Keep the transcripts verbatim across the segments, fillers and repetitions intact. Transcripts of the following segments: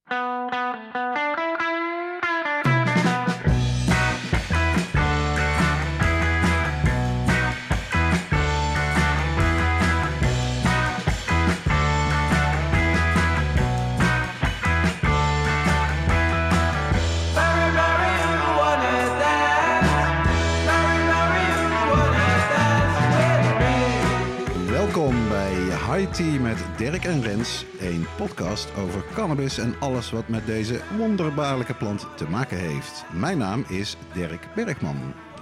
Welkom bij High Tea met Dirk en Rens, een podcast over cannabis en alles wat met deze wonderbaarlijke plant te maken heeft. Mijn naam is Dirk Bergman.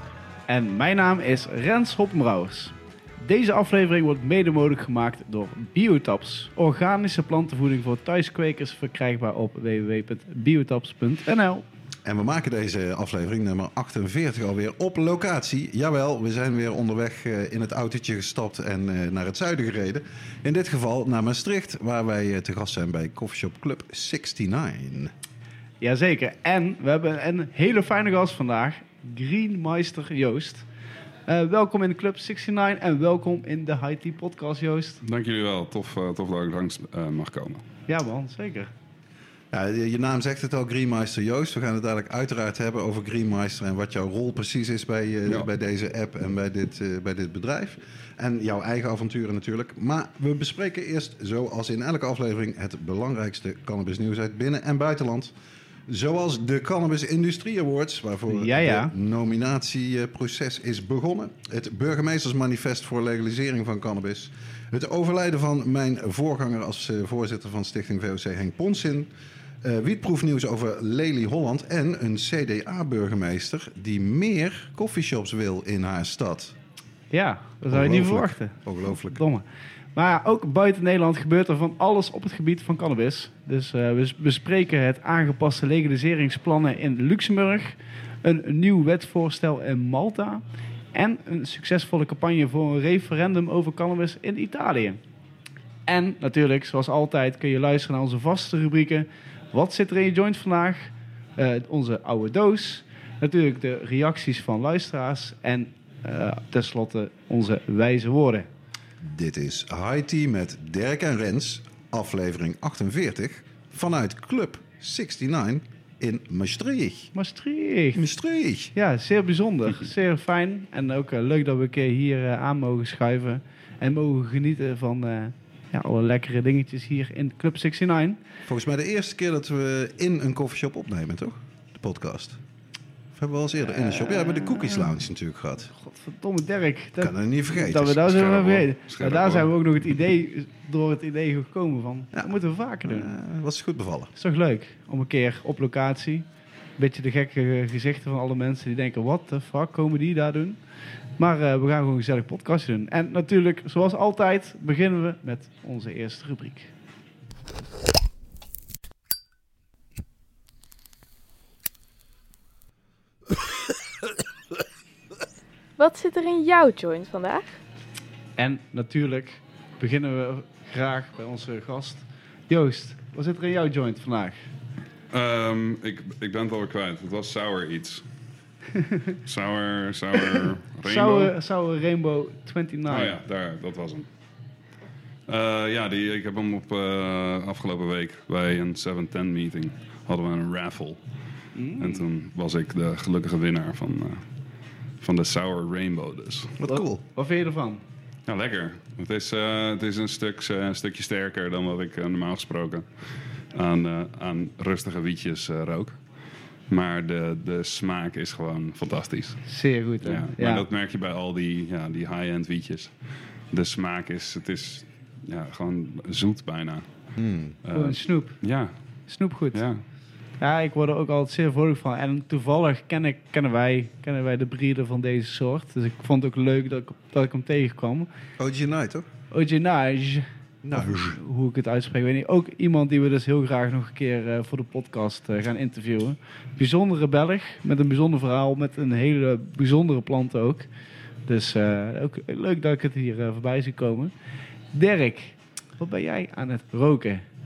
En mijn naam is Rens Hoppenbrouwers. Deze aflevering wordt mede mogelijk gemaakt door Biotaps, organische plantenvoeding voor thuiskwekers, verkrijgbaar op w w w punt biotaps punt n l. En we maken deze aflevering nummer achtenveertig alweer op locatie. Jawel, we zijn weer onderweg uh, in het autootje gestapt en uh, naar het zuiden gereden. In dit geval naar Maastricht, waar wij uh, te gast zijn bij Coffeeshop Club negenenzestig. Jazeker, en we hebben een hele fijne gast vandaag, Greenmeister Joost. Uh, welkom in de Club negenenzestig en welkom in de High Tea podcast, Joost. Dank jullie wel, tof, uh, tof dat ik langs uh, mag komen. Ja man, zeker. Ja, je naam zegt het al, Greenmeister Joost. We gaan het dadelijk uiteraard hebben over Greenmeister en wat jouw rol precies is bij, uh, ja. bij deze app en bij dit, uh, bij dit bedrijf. En jouw eigen avonturen natuurlijk. Maar we bespreken eerst, zoals in elke aflevering, het belangrijkste cannabisnieuws uit binnen- en buitenland. Zoals de Cannabis Industrie Awards, waarvoor ja, ja. het nominatieproces is begonnen. Het burgemeestersmanifest voor legalisering van cannabis. Het overlijden van mijn voorganger als uh, voorzitter van Stichting V O C, Henk Ponsin. Uh, wietproefnieuws over Lely Holland en een C D A-burgemeester die meer coffeeshops wil in haar stad. Ja, dat zou je niet verwachten. Ongelooflijk. Domme. Maar ook buiten Nederland gebeurt er van alles op het gebied van cannabis. Dus uh, we bespreken het aangepaste legaliseringsplannen in Luxemburg, een nieuw wetvoorstel in Malta en een succesvolle campagne voor een referendum over cannabis in Italië. En natuurlijk, zoals altijd, kun je luisteren naar onze vaste rubrieken. Wat zit er in je joint vandaag? Uh, onze oude doos. Natuurlijk de reacties van luisteraars. En uh, tenslotte onze wijze woorden. Dit is High Tea met Dirk en Rens, aflevering achtenveertig, vanuit Club negenenzestig in Maastricht. Maastricht. Maastricht. Ja, zeer bijzonder. Zeer fijn. En ook uh, leuk dat we een keer hier uh, aan mogen schuiven. En mogen genieten van uh, ja, alle lekkere dingetjes hier in Club negenenzestig. Volgens mij de eerste keer dat we in een coffeeshop opnemen, toch? De podcast. Of hebben we al eens eerder in een shop? Ja, we hebben de Cookies Lounge natuurlijk gehad. Godverdomme, Dirk. Dat kan het niet vergeten. Dat we daar zijn we vergeten. Scherp, daar zijn we ook nog het idee, door het idee gekomen van, Ja. dat moeten we vaker doen. Uh, was goed bevallen. Is toch leuk om een keer op locatie, een beetje de gekke gezichten van alle mensen die denken, what the fuck, komen die daar doen? Maar uh, we gaan gewoon een gezellig podcastje doen. En natuurlijk, zoals altijd, beginnen we met onze eerste rubriek. Wat zit er in jouw joint vandaag? En natuurlijk beginnen we graag bij onze gast. Joost, wat zit er in jouw joint vandaag? Um, ik, ik ben het alweer kwijt. Het was sour iets. sour, sour rainbow. Sour, sour Rainbow negenentwintig. Oh ja, daar, dat was hem. Uh, ja, die, ik heb hem op uh, afgelopen week bij een seven ten meeting. Hadden we een raffle. Mm. En toen was ik de gelukkige winnaar van, uh, van de Sour Rainbow dus. Wat cool. Wat vind je ervan? Ja, lekker. Het is, uh, het is een, stuk, uh, een stukje sterker dan wat ik uh, normaal gesproken aan, uh, aan rustige wietjes uh, rook. Maar de, de smaak is gewoon fantastisch. Zeer goed, hè? Ja, maar Ja. dat merk je bij al die, ja, die high-end wietjes. De smaak is, het is ja, gewoon zoet bijna. Hmm. Uh, Gewoon snoep. ja, Snoepgoed. ja. Ja, ik word er ook altijd zeer vrolijk van. En toevallig ken ik, kennen, wij, kennen wij de breeder van deze soort. Dus ik vond het ook leuk dat ik, dat ik hem tegenkwam. O G Night, toch? O G Nage. Nage. Hoe ik het uitspreek, weet niet. Ook iemand die we dus heel graag nog een keer uh, voor de podcast uh, gaan interviewen. Bijzondere Belg, met een bijzonder verhaal, met een hele bijzondere plant ook. Dus uh, ook leuk dat ik het hier uh, voorbij zie komen. Dirk, wat ben jij aan het roken?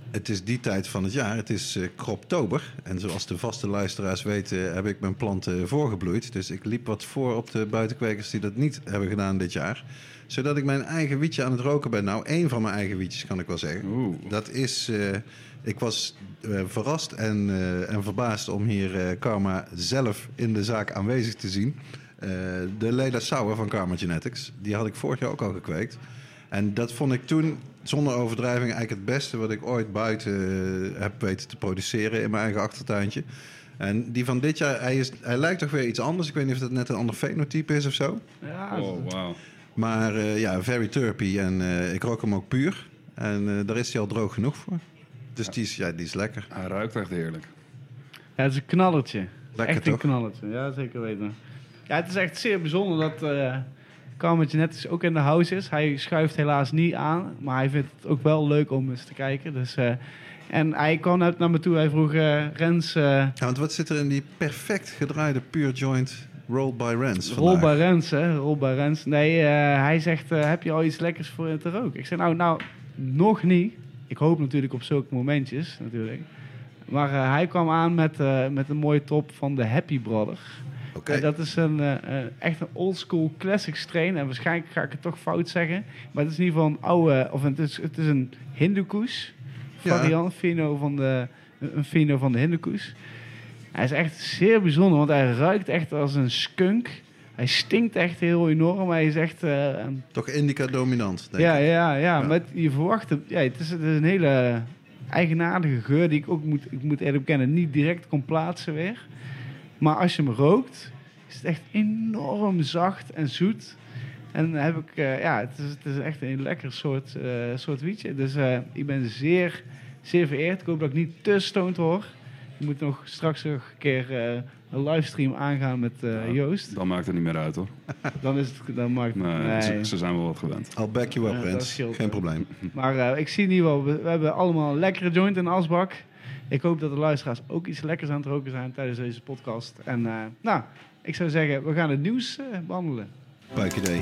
Het is die tijd van het jaar. Het is uh, kroptober. En zoals de vaste luisteraars weten, heb ik mijn planten voorgebloeid. Dus ik liep wat voor op de buitenkwekers die dat niet hebben gedaan dit jaar. Zodat ik mijn eigen wietje aan het roken ben. Nou, één van mijn eigen wietjes kan ik wel zeggen. Oeh. Dat is... Uh, ik was uh, verrast en, uh, en verbaasd om hier uh, Karma zelf in de zaak aanwezig te zien. Uh, de Leda Sour van Karma Genetics. Die had ik vorig jaar ook al gekweekt. En dat vond ik toen, zonder overdrijving, eigenlijk het beste wat ik ooit buiten uh, heb weten te produceren in mijn eigen achtertuintje. En die van dit jaar, hij, is, hij lijkt toch weer iets anders. Ik weet niet of dat net een ander fenotype is of zo. Ja, Oh, wauw. Maar uh, ja, very terpy en uh, ik rook hem ook puur. En uh, daar is hij al droog genoeg voor. Dus ja. Die, is, ja, die is lekker. Hij ruikt echt heerlijk. Ja, het is een knallertje. Lekker echt toch? een knallertje, ja, zeker weten. Ja, het is echt zeer bijzonder dat uh, Karma Genetics ook in de house is. Hij schuift helaas niet aan, maar hij vindt het ook wel leuk om eens te kijken. Dus, uh, en hij kwam uit naar me toe, hij vroeg uh, Rens... Uh, ja, want wat zit er in die perfect gedraaide Pure Joint Rolled by Rens vandaag? Roll by Rens, hè. Roll by Rens. Nee, uh, hij zegt, uh, heb je al iets lekkers voor te roken? Ik zeg, nou, nou, nog niet. Ik hoop natuurlijk op zulke momentjes, natuurlijk. Maar uh, hij kwam aan met, uh, met een mooie top van de Happy Brother. Okay. En dat is een, uh, echt een oldschool classic strain. En waarschijnlijk ga ik het toch fout zeggen. Maar het is in ieder geval een oude... Of het is, het is een Hindoekush variant. Ja. Fino van de, een Fino van de Hindoekush. Hij is echt zeer bijzonder. Want hij ruikt echt als een skunk. Hij stinkt echt heel enorm. Hij is echt... Uh, toch indica dominant, denk ja, ik. Ja, ja, ja. Maar je verwacht... Het, ja, het, is, het is een hele eigenaardige geur die ik ook moet, ik moet eerlijk bekennen, niet direct kon plaatsen weer. Maar als je hem rookt, is het echt enorm zacht en zoet. En dan heb ik, uh, ja, het is, het is echt een lekker soort, uh, soort wietje. Dus uh, ik ben zeer, zeer vereerd. Ik hoop dat ik niet te stoned word. Ik moet nog straks nog een keer uh, een livestream aangaan met uh, ja, Joost. Dan maakt het niet meer uit, hoor. Dan is het, dan maakt nee, nee. Ze, ze zijn wel wat gewend. I'll back you up, uh, Rens. Geen wel. probleem. Maar uh, ik zie in ieder geval, we, we hebben allemaal een lekkere joint in de asbak. Ik hoop dat de luisteraars ook iets lekkers aan het roken zijn tijdens deze podcast. En uh, nou, ik zou zeggen, we gaan het nieuws uh, behandelen. Buikidee.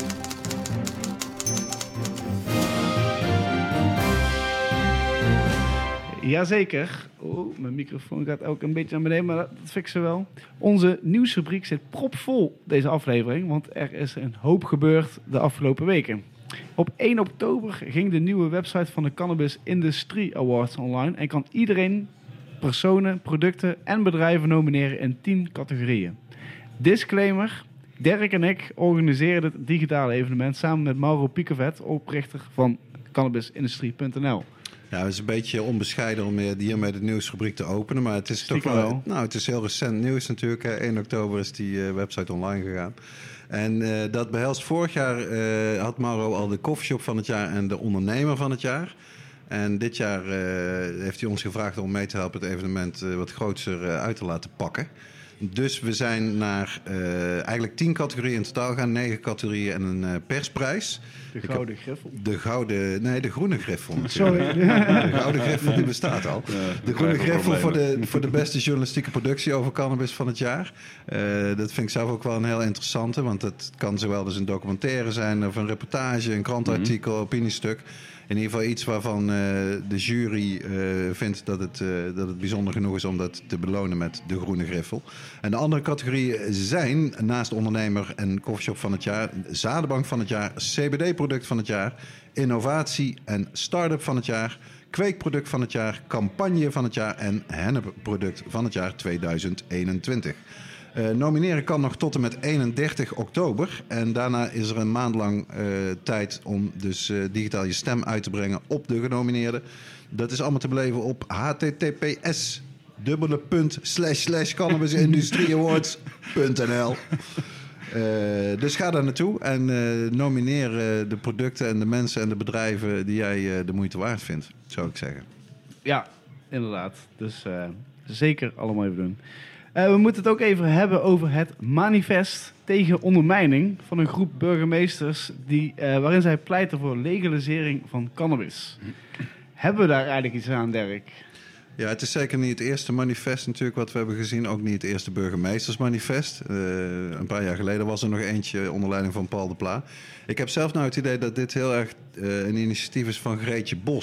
Jazeker. Oh, mijn microfoon gaat ook een beetje naar beneden, maar dat, dat fixen we wel. Onze nieuwsrubriek zit propvol deze aflevering, want er is een hoop gebeurd de afgelopen weken. Op één oktober ging de nieuwe website van de Cannabis Industry Awards online en kan iedereen personen, producten en bedrijven nomineren in tien categorieën. Disclaimer, Dirk en ik organiseren het digitale evenement samen met Mauro Piekevet, oprichter van cannabisindustrie punt n l. Ja, het is een beetje onbescheiden om hiermee de nieuwsrubriek te openen, maar het is Stiekem toch wel, wel. Nou, het is heel recent nieuws natuurlijk. één oktober is die uh, website online gegaan. En uh, dat behelst vorig jaar uh, had Mauro al de koffieshop van het jaar en de ondernemer van het jaar. En dit jaar uh, heeft hij ons gevraagd om mee te helpen het evenement uh, wat groter uh, uit te laten pakken. Dus we zijn naar uh, eigenlijk tien categorieën in totaal gaan, negen categorieën en een uh, persprijs. De gouden heb, griffel. De gouden, nee, de groene griffel. Sorry. De gouden griffel die bestaat al. Ja, de groene griffel voor de, voor de beste journalistieke productie over cannabis van het jaar. Uh, dat vind ik zelf ook wel een heel interessante, want het kan zowel dus een documentaire zijn of een reportage, een krantartikel, mm-hmm. opiniestuk. In ieder geval iets waarvan uh, de jury uh, vindt dat het, uh, dat het bijzonder genoeg is om dat te belonen met de groene griffel. En de andere categorieën zijn naast ondernemer en koffieshop van het jaar, zadenbank van het jaar, C B D-product van het jaar, innovatie en start-up van het jaar, kweekproduct van het jaar, campagne van het jaar en hennepproduct van het jaar tweeduizend eenentwintig. Uh, nomineren kan nog tot en met eenendertig oktober. En daarna is er een maand lang uh, tijd om dus uh, digitaal je stem uit te brengen op de genomineerden. Dat is allemaal te beleven op h t t p s dubbele punt slash slash cannabisindustrieawards punt n l. Uh, dus ga daar naartoe en uh, nomineer uh, de producten en de mensen en de bedrijven die jij uh, de moeite waard vindt, zou ik zeggen. Ja, inderdaad. Dus uh, zeker allemaal even doen. Uh, we moeten het ook even hebben over het manifest tegen ondermijning van een groep burgemeesters die, uh, waarin zij pleiten voor legalisering van cannabis. Hebben we daar eigenlijk iets aan, Dirk? Ja, het is zeker niet het eerste manifest natuurlijk wat we hebben gezien. Ook niet het eerste burgemeestersmanifest. Uh, een paar jaar geleden was er nog eentje onder leiding van Paul de Pla. Ik heb zelf nou het idee dat dit heel erg uh, een initiatief is van Greetje Bos.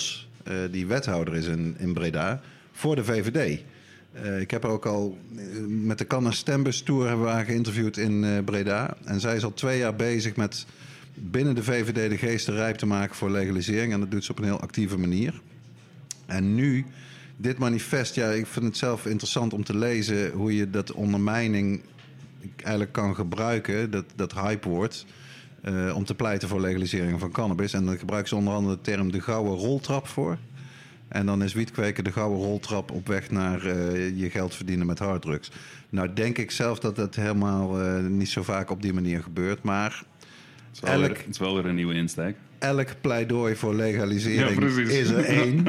uh, die wethouder is in, in Breda, voor de V V D. Uh, ik heb haar ook al uh, met de Canna Stembus Tour hebben we haar geïnterviewd in uh, Breda. En zij is al twee jaar bezig met binnen de V V D de geesten rijp te maken voor legalisering. En dat doet ze op een heel actieve manier. En nu, dit manifest, ja, ik vind het zelf interessant om te lezen hoe je dat ondermijning eigenlijk kan gebruiken, dat, dat hypewoord, uh, om te pleiten voor legalisering van cannabis. En dan gebruiken ze onder andere de term de gouden roltrap voor. En dan is wietkweken de gouden roltrap op weg naar uh, je geld verdienen met harddrugs. Nou denk ik zelf dat dat helemaal uh, niet zo vaak op die manier gebeurt. Maar het is wel, elk, weer, het is wel weer een nieuwe insteek. Elk pleidooi voor legalisering ja, is er één.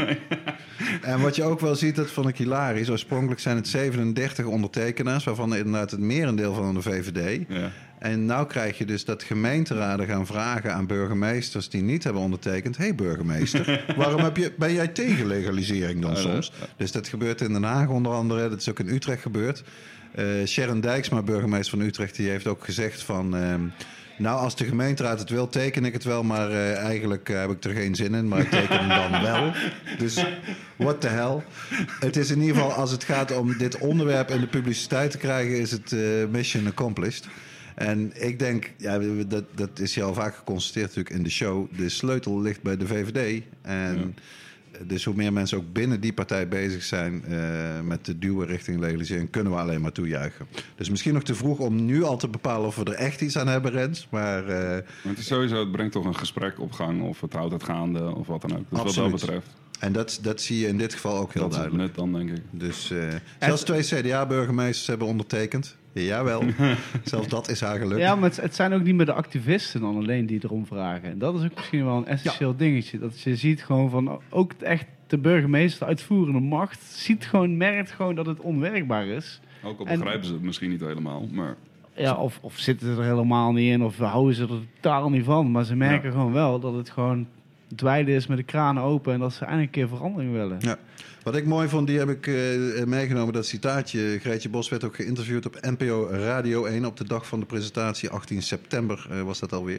En wat je ook wel ziet, dat vond ik hilarisch. Oorspronkelijk zijn het zevenendertig ondertekenaars, waarvan inderdaad het merendeel van de V V D. Ja. En nou krijg je dus dat gemeenteraden gaan vragen aan burgemeesters die niet hebben ondertekend. Hé hey burgemeester, waarom heb je, ben jij tegen legalisering dan soms? Dus dat gebeurt in Den Haag onder andere. Dat is ook in Utrecht gebeurd. Uh, Sharon Dijksma, burgemeester van Utrecht, die heeft ook gezegd van... Uh, nou, als de gemeenteraad het wil, teken ik het wel. Maar uh, eigenlijk uh, heb ik er geen zin in. Maar ik teken hem dan wel. Dus what the hell. Het is in ieder geval, als het gaat om dit onderwerp in de publiciteit te krijgen, is het uh, mission accomplished. En ik denk, ja, dat, dat is je al vaak geconstateerd natuurlijk in de show. De sleutel ligt bij de V V D. En ja. dus hoe meer mensen ook binnen die partij bezig zijn uh, met de duwen richting legalisering, kunnen we alleen maar toejuichen. Dus misschien nog te vroeg om nu al te bepalen of we er echt iets aan hebben, Rens. Maar, uh, maar het is sowieso, het brengt toch een gesprek op gang, of het houdt het gaande, of wat dan ook. Dus absoluut. Wat dat betreft. En dat, dat zie je in dit geval ook heel dat duidelijk. Dat is het net dan, denk ik. Dus uh, zelfs twee C D A-burgemeesters hebben ondertekend. Jawel, zelfs dat is haar geluk. Ja, maar het, het zijn ook niet meer de activisten dan alleen die erom vragen. En dat is ook misschien wel een essentieel ja. dingetje. Dat je ziet gewoon van, ook echt de burgemeester, de uitvoerende macht, ziet gewoon, merkt gewoon dat het onwerkbaar is. Ook al begrijpen en, ze het misschien niet helemaal, maar... Ja, of, of zitten ze er helemaal niet in, of houden ze er totaal niet van. Maar ze merken ja. gewoon wel dat het gewoon dweilen is met de kranen open en dat ze eindelijk een keer verandering willen. Ja. Wat ik mooi vond, die heb ik uh, meegenomen, dat citaatje. Greetje Bos werd ook geïnterviewd op N P O Radio één op de dag van de presentatie, achttien september uh, was dat alweer.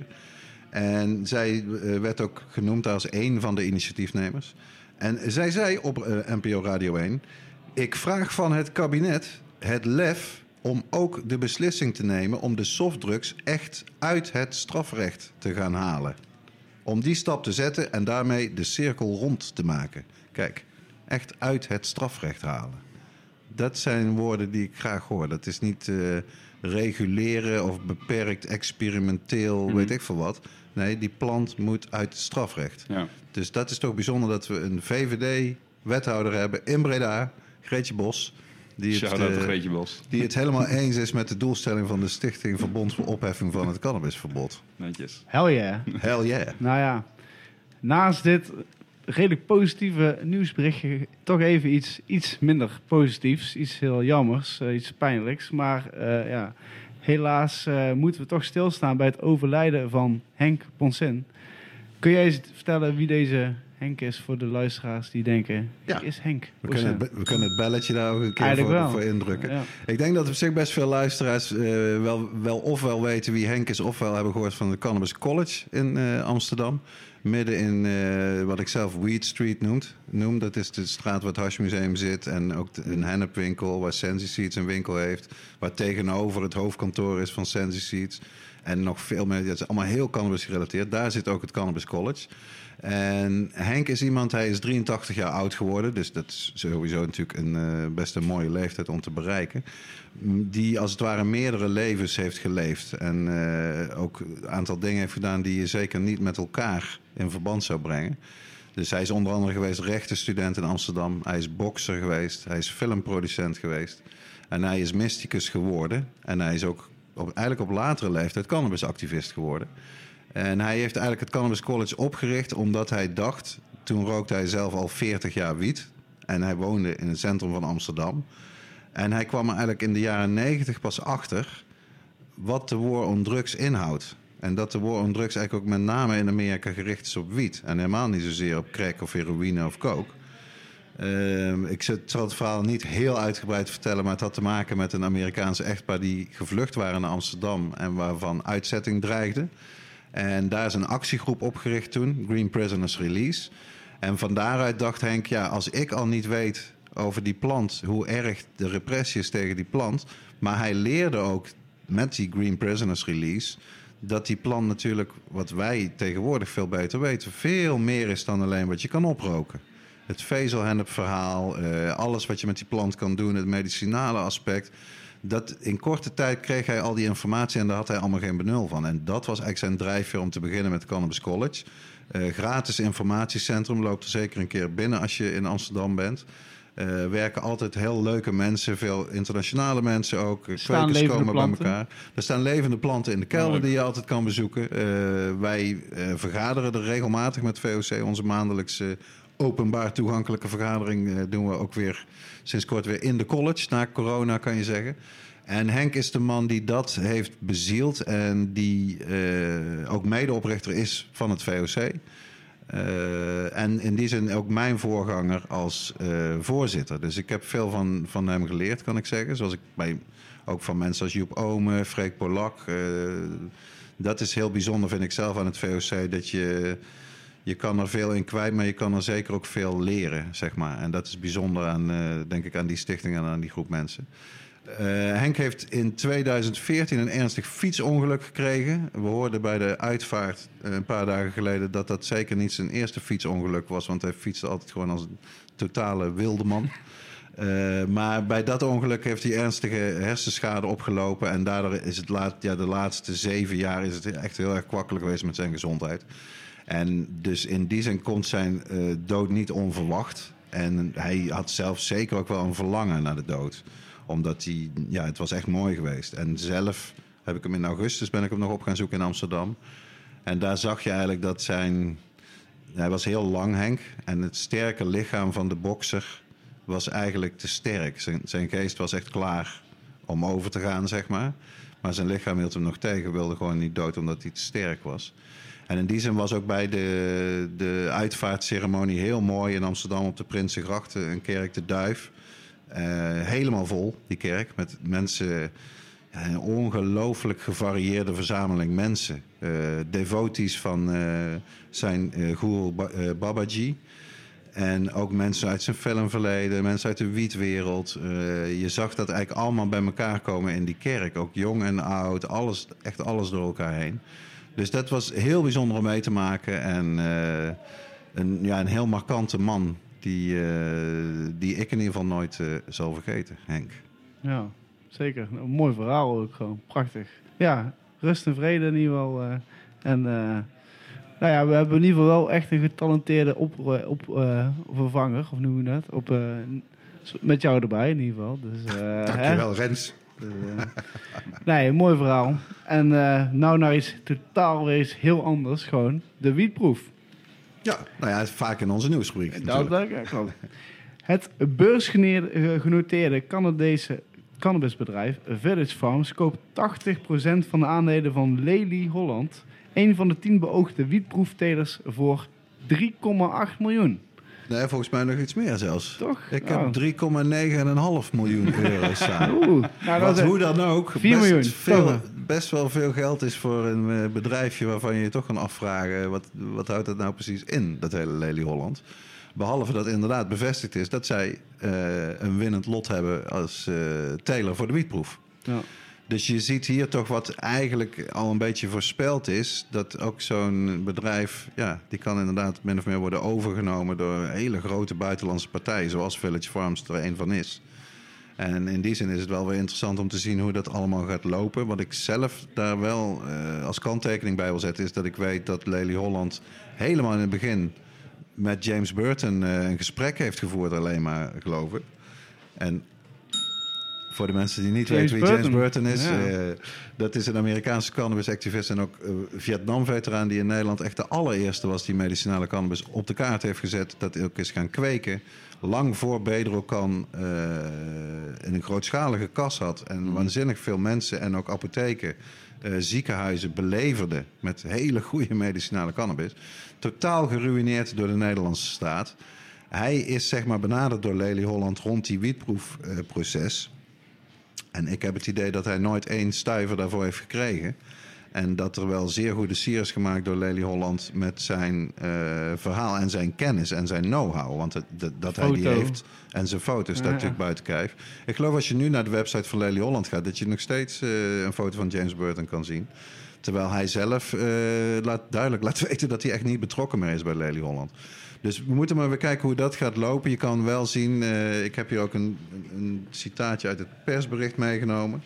En zij uh, werd ook genoemd als een van de initiatiefnemers. En zij zei op uh, N P O Radio één... ik vraag van het kabinet het lef om ook de beslissing te nemen om de softdrugs echt uit het strafrecht te gaan halen. Om die stap te zetten en daarmee de cirkel rond te maken. Kijk, echt uit het strafrecht halen. Dat zijn woorden die ik graag hoor. Dat is niet uh, reguleren of beperkt, experimenteel, mm-hmm. weet ik veel wat. Nee, die plant moet uit het strafrecht. Ja. Dus dat is toch bijzonder dat we een V V D-wethouder hebben in Breda, Greetje Bos. Die het, uh, Greetje Bos. Die het helemaal eens is met de doelstelling van de Stichting Verbond voor Opheffing van het Cannabisverbod. Netjes. Hell yeah. Hell yeah. Nou ja, naast dit redelijk positieve nieuwsberichtje toch even iets, iets minder positiefs. Iets heel jammers, uh, iets pijnlijks. Maar uh, ja, helaas uh, moeten we toch stilstaan bij het overlijden van Henk Ponsin. Kun jij eens vertellen wie deze Henk is voor de luisteraars die denken, ja. wie is Henk? We kunnen, het, we kunnen het belletje daar ook een keer voor, voor indrukken. Ja. Ik denk dat op zich best veel luisteraars uh, wel, wel ofwel weten wie Henk is, ofwel hebben gehoord van de Cannabis College in uh, Amsterdam. Midden in uh, wat ik zelf Weed Street noemt, noem. Dat is de straat waar het Hashmuseum zit. En ook een hennepwinkel waar Sensi Seeds een winkel heeft. Waar tegenover het hoofdkantoor is van Sensi Seeds. En nog veel meer. Dat is allemaal heel cannabis gerelateerd. Daar zit ook het Cannabis College. En Henk is iemand, hij is drieëntachtig jaar oud geworden. Dus dat is sowieso natuurlijk een uh, best een mooie leeftijd om te bereiken. Die als het ware meerdere levens heeft geleefd. En uh, ook een aantal dingen heeft gedaan die je zeker niet met elkaar in verband zou brengen. Dus hij is onder andere geweest rechtenstudent in Amsterdam. Hij is bokser geweest. Hij is filmproducent geweest. En hij is mysticus geworden. En hij is ook op, eigenlijk op latere leeftijd cannabisactivist geworden. En hij heeft eigenlijk het Cannabis College opgericht omdat hij dacht... Toen rookte hij zelf al veertig jaar wiet. En hij woonde in het centrum van Amsterdam. En hij kwam er eigenlijk in de jaren negentig pas achter wat de war on drugs inhoudt. En dat de war on drugs eigenlijk ook met name in Amerika gericht is op wiet. En helemaal niet zozeer op crack of heroïne of coke. Uh, ik zal het verhaal niet heel uitgebreid vertellen, maar het had te maken met een Amerikaanse echtpaar die gevlucht waren naar Amsterdam en waarvan uitzetting dreigde. En daar is een actiegroep opgericht toen, Green Prisoners Release. En van daaruit dacht Henk, ja, als ik al niet weet over die plant, hoe erg de repressie is tegen die plant. Maar hij leerde ook met die Green Prisoners Release dat die plant natuurlijk, wat wij tegenwoordig veel beter weten, veel meer is dan alleen wat je kan oproken. Het vezelhennepverhaal, uh, alles wat je met die plant kan doen, het medicinale aspect. Dat in korte tijd kreeg hij al die informatie en daar had hij allemaal geen benul van. En dat was eigenlijk zijn drijfveer om te beginnen met Cannabis College. Uh, gratis informatiecentrum, loopt er zeker een keer binnen als je in Amsterdam bent. Uh, werken altijd heel leuke mensen, veel internationale mensen ook. Kwekers komen bij elkaar. Er staan levende planten in de kelder die je altijd kan bezoeken. Uh, wij uh, vergaderen er regelmatig met V O C. Onze maandelijkse openbaar toegankelijke vergadering uh, doen we ook weer sinds kort weer in de college. Na corona kan je zeggen. En Henk is de man die dat heeft bezield en die uh, ook medeoprichter is van het V O C. Uh, en in die zin ook mijn voorganger als uh, voorzitter. Dus ik heb veel van, van hem geleerd, kan ik zeggen. Zoals ik bij, ook van mensen als Joep Ome, Freek Polak. Uh, dat is heel bijzonder, vind ik zelf, aan het V O C. Dat je, je kan er veel in kwijt, maar je kan er zeker ook veel leren, zeg maar. En dat is bijzonder aan, uh, denk ik, aan die stichting en aan die groep mensen. Uh, Henk heeft in tweeduizend veertien een ernstig fietsongeluk gekregen. We hoorden bij de uitvaart uh, een paar dagen geleden dat dat zeker niet zijn eerste fietsongeluk was. Want hij fietste altijd gewoon als een totale wildeman. Uh, maar bij dat ongeluk heeft hij ernstige hersenschade opgelopen. En daardoor is het laat, ja, de laatste zeven jaar is het echt heel erg kwakkelijk geweest met zijn gezondheid. En dus in die zin komt zijn uh, dood niet onverwacht. En hij had zelf zeker ook wel een verlangen naar de dood. Omdat hij, ja, het was echt mooi geweest. En zelf heb ik hem in augustus, ben ik hem nog op gaan zoeken in Amsterdam. En daar zag je eigenlijk dat zijn, hij was heel lang, Henk. En het sterke lichaam van de bokser was eigenlijk te sterk. Zijn, zijn geest was echt klaar om over te gaan, zeg maar. Maar zijn lichaam hield hem nog tegen, wilde gewoon niet dood omdat hij te sterk was. En in die zin was ook bij de, de uitvaartceremonie heel mooi in Amsterdam op de Prinsengracht, een kerk de Duif. Uh, helemaal vol, die kerk, met mensen, ja, een ongelooflijk gevarieerde verzameling mensen. Uh, devoties van uh, zijn uh, guru uh, Babaji. En ook mensen uit zijn filmverleden, mensen uit de wietwereld. Uh, je zag dat eigenlijk allemaal bij elkaar komen in die kerk. Ook jong en oud, alles, echt alles door elkaar heen. Dus dat was heel bijzonder om mee te maken. En uh, een, ja, een heel markante man. Die, uh, die ik in ieder geval nooit uh, zal vergeten, Henk. Ja, zeker. Een mooi verhaal ook gewoon. Prachtig. Ja, rust en vrede in ieder geval. Uh, en uh, nou ja, we hebben in ieder geval wel echt een getalenteerde op, uh, op, uh, vervanger, of noemen we dat? Op, uh, met jou erbij in ieder geval. Dus, uh, dankjewel, Rens. Dus, uh, nee, een mooi verhaal. En uh, nou naar iets totaal weer iets heel anders. Gewoon de wietproef. Ja, nou ja, vaak in onze nieuwsrubriek. Dat ja, klopt. Het beursgenoteerde Canadese cannabisbedrijf Village Farms koopt tachtig procent van de aandelen van Lely Holland, een van de tien beoogde wietproeftelers, voor drie komma acht miljoen. Nee, volgens mij nog iets meer zelfs. Toch? Ik heb oh. drie komma negen miljoen euro staan. Oeh, nou, Wat dat hoe dan ook vier miljoen. Best, veel, best wel veel geld is voor een uh, bedrijfje waarvan je je toch kan afvragen, wat, wat houdt dat nou precies in, dat hele Lely Holland? Behalve dat inderdaad bevestigd is dat zij uh, een winnend lot hebben als uh, teler voor de wietproef. Ja. Dus je ziet hier toch wat eigenlijk al een beetje voorspeld is. Dat ook zo'n bedrijf, ja, die kan inderdaad min of meer worden overgenomen door hele grote buitenlandse partijen, zoals Village Farms er een van is. En in die zin is het wel weer interessant om te zien hoe dat allemaal gaat lopen. Wat ik zelf daar wel uh, als kanttekening bij wil zetten, is dat ik weet dat Lely Holland helemaal in het begin met James Burton uh, een gesprek heeft gevoerd, alleen maar, geloof ik. En voor de mensen die niet James weten wie Burton. James Burton is, Ja. uh, dat is een Amerikaanse cannabisactivist en ook uh, Vietnam-veteraan die in Nederland echt de allereerste was die medicinale cannabis op de kaart heeft gezet. Dat ook is gaan kweken. Lang voor Bedrocan uh, een grootschalige kas had en mm. waanzinnig veel mensen en ook apotheken, uh, ziekenhuizen beleverden met hele goede medicinale cannabis. Totaal geruïneerd door de Nederlandse staat. Hij is zeg maar benaderd door Lely Holland rond die wietproefproces. Uh, en ik heb het idee dat hij nooit één stuiver daarvoor heeft gekregen. En dat er wel zeer goede sier is gemaakt door Lely Holland met zijn uh, verhaal en zijn kennis en zijn know-how. Want het, dat, dat hij die heeft en zijn foto's, ja, dat natuurlijk ja. buiten kijf. Ik geloof als je nu naar de website van Lely Holland gaat, dat je nog steeds uh, een foto van James Burton kan zien. Terwijl hij zelf uh, laat, duidelijk laat weten dat hij echt niet betrokken meer is bij Lely Holland. Dus we moeten maar weer kijken hoe dat gaat lopen. Je kan wel zien, uh, ik heb hier ook een, een citaatje uit het persbericht meegenomen.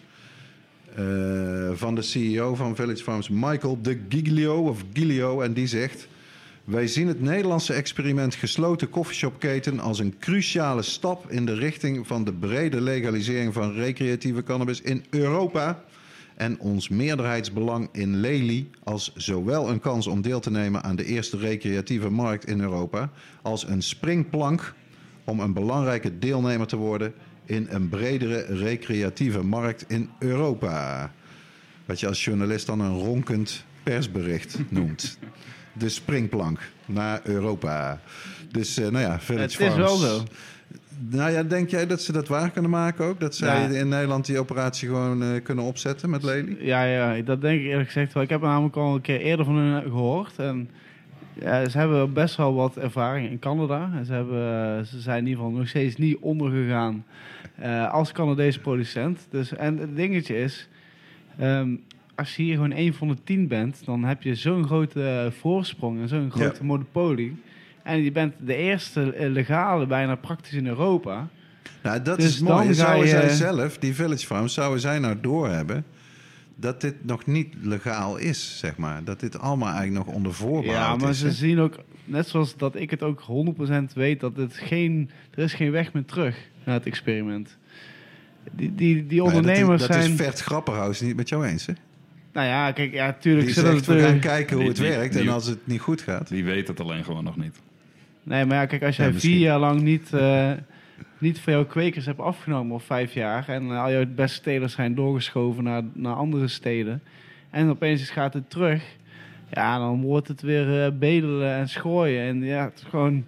Uh, van de C E O van Village Farms, Michael de Giglio, of Giglio, en die zegt: wij zien het Nederlandse experiment gesloten koffieshopketen als een cruciale stap in de richting van de brede legalisering van recreatieve cannabis in Europa. En ons meerderheidsbelang in Lely als zowel een kans om deel te nemen aan de eerste recreatieve markt in Europa, als een springplank om een belangrijke deelnemer te worden in een bredere recreatieve markt in Europa. Wat je als journalist dan een ronkend persbericht noemt. De springplank naar Europa. Dus uh, nou ja, Village Farms. Het is wel zo. Nou ja, denk jij dat ze dat waar kunnen maken ook? Dat zij ja. in Nederland die operatie gewoon uh, kunnen opzetten met Lely? Ja, ja, dat denk ik eerlijk gezegd wel. Ik heb er namelijk al een keer eerder van hun gehoord. En ja, ze hebben best wel wat ervaring in Canada. En ze, hebben, ze zijn in ieder geval nog steeds niet ondergegaan uh, als Canadese producent. Dus, en het dingetje is, um, als je hier gewoon één van de tien bent, dan heb je zo'n grote uh, voorsprong en zo'n grote ja. monopolie. En je bent de eerste legale bijna praktisch in Europa. Nou, dat dus is mooi. Zouden je... zij zelf, die Village Farms, zouden zij nou doorhebben dat dit nog niet legaal is, zeg maar. Dat dit allemaal eigenlijk nog onder voorbehoud is. Ja, maar is, ze hè? zien ook, net zoals dat ik het ook honderd procent weet, dat het geen, er is geen weg meer terug naar het experiment. Die, die, die ondernemers nou ja, dat, zijn... Dat is Vert Grapperhaus niet met jou eens, hè? Nou ja, kijk, ja, tuurlijk... Die zegt, we gaan kijken hoe die, het die, werkt die, en als het niet goed gaat. Die weet het alleen gewoon nog niet. Nee, maar ja, kijk, als jij ja, vier jaar lang niet, uh, niet van jouw kwekers hebt afgenomen, of vijf jaar, en uh, al jouw beste telers zijn doorgeschoven naar, naar andere steden, en opeens gaat het terug, ja, dan wordt het weer uh, bedelen en schooien. En ja, het is gewoon...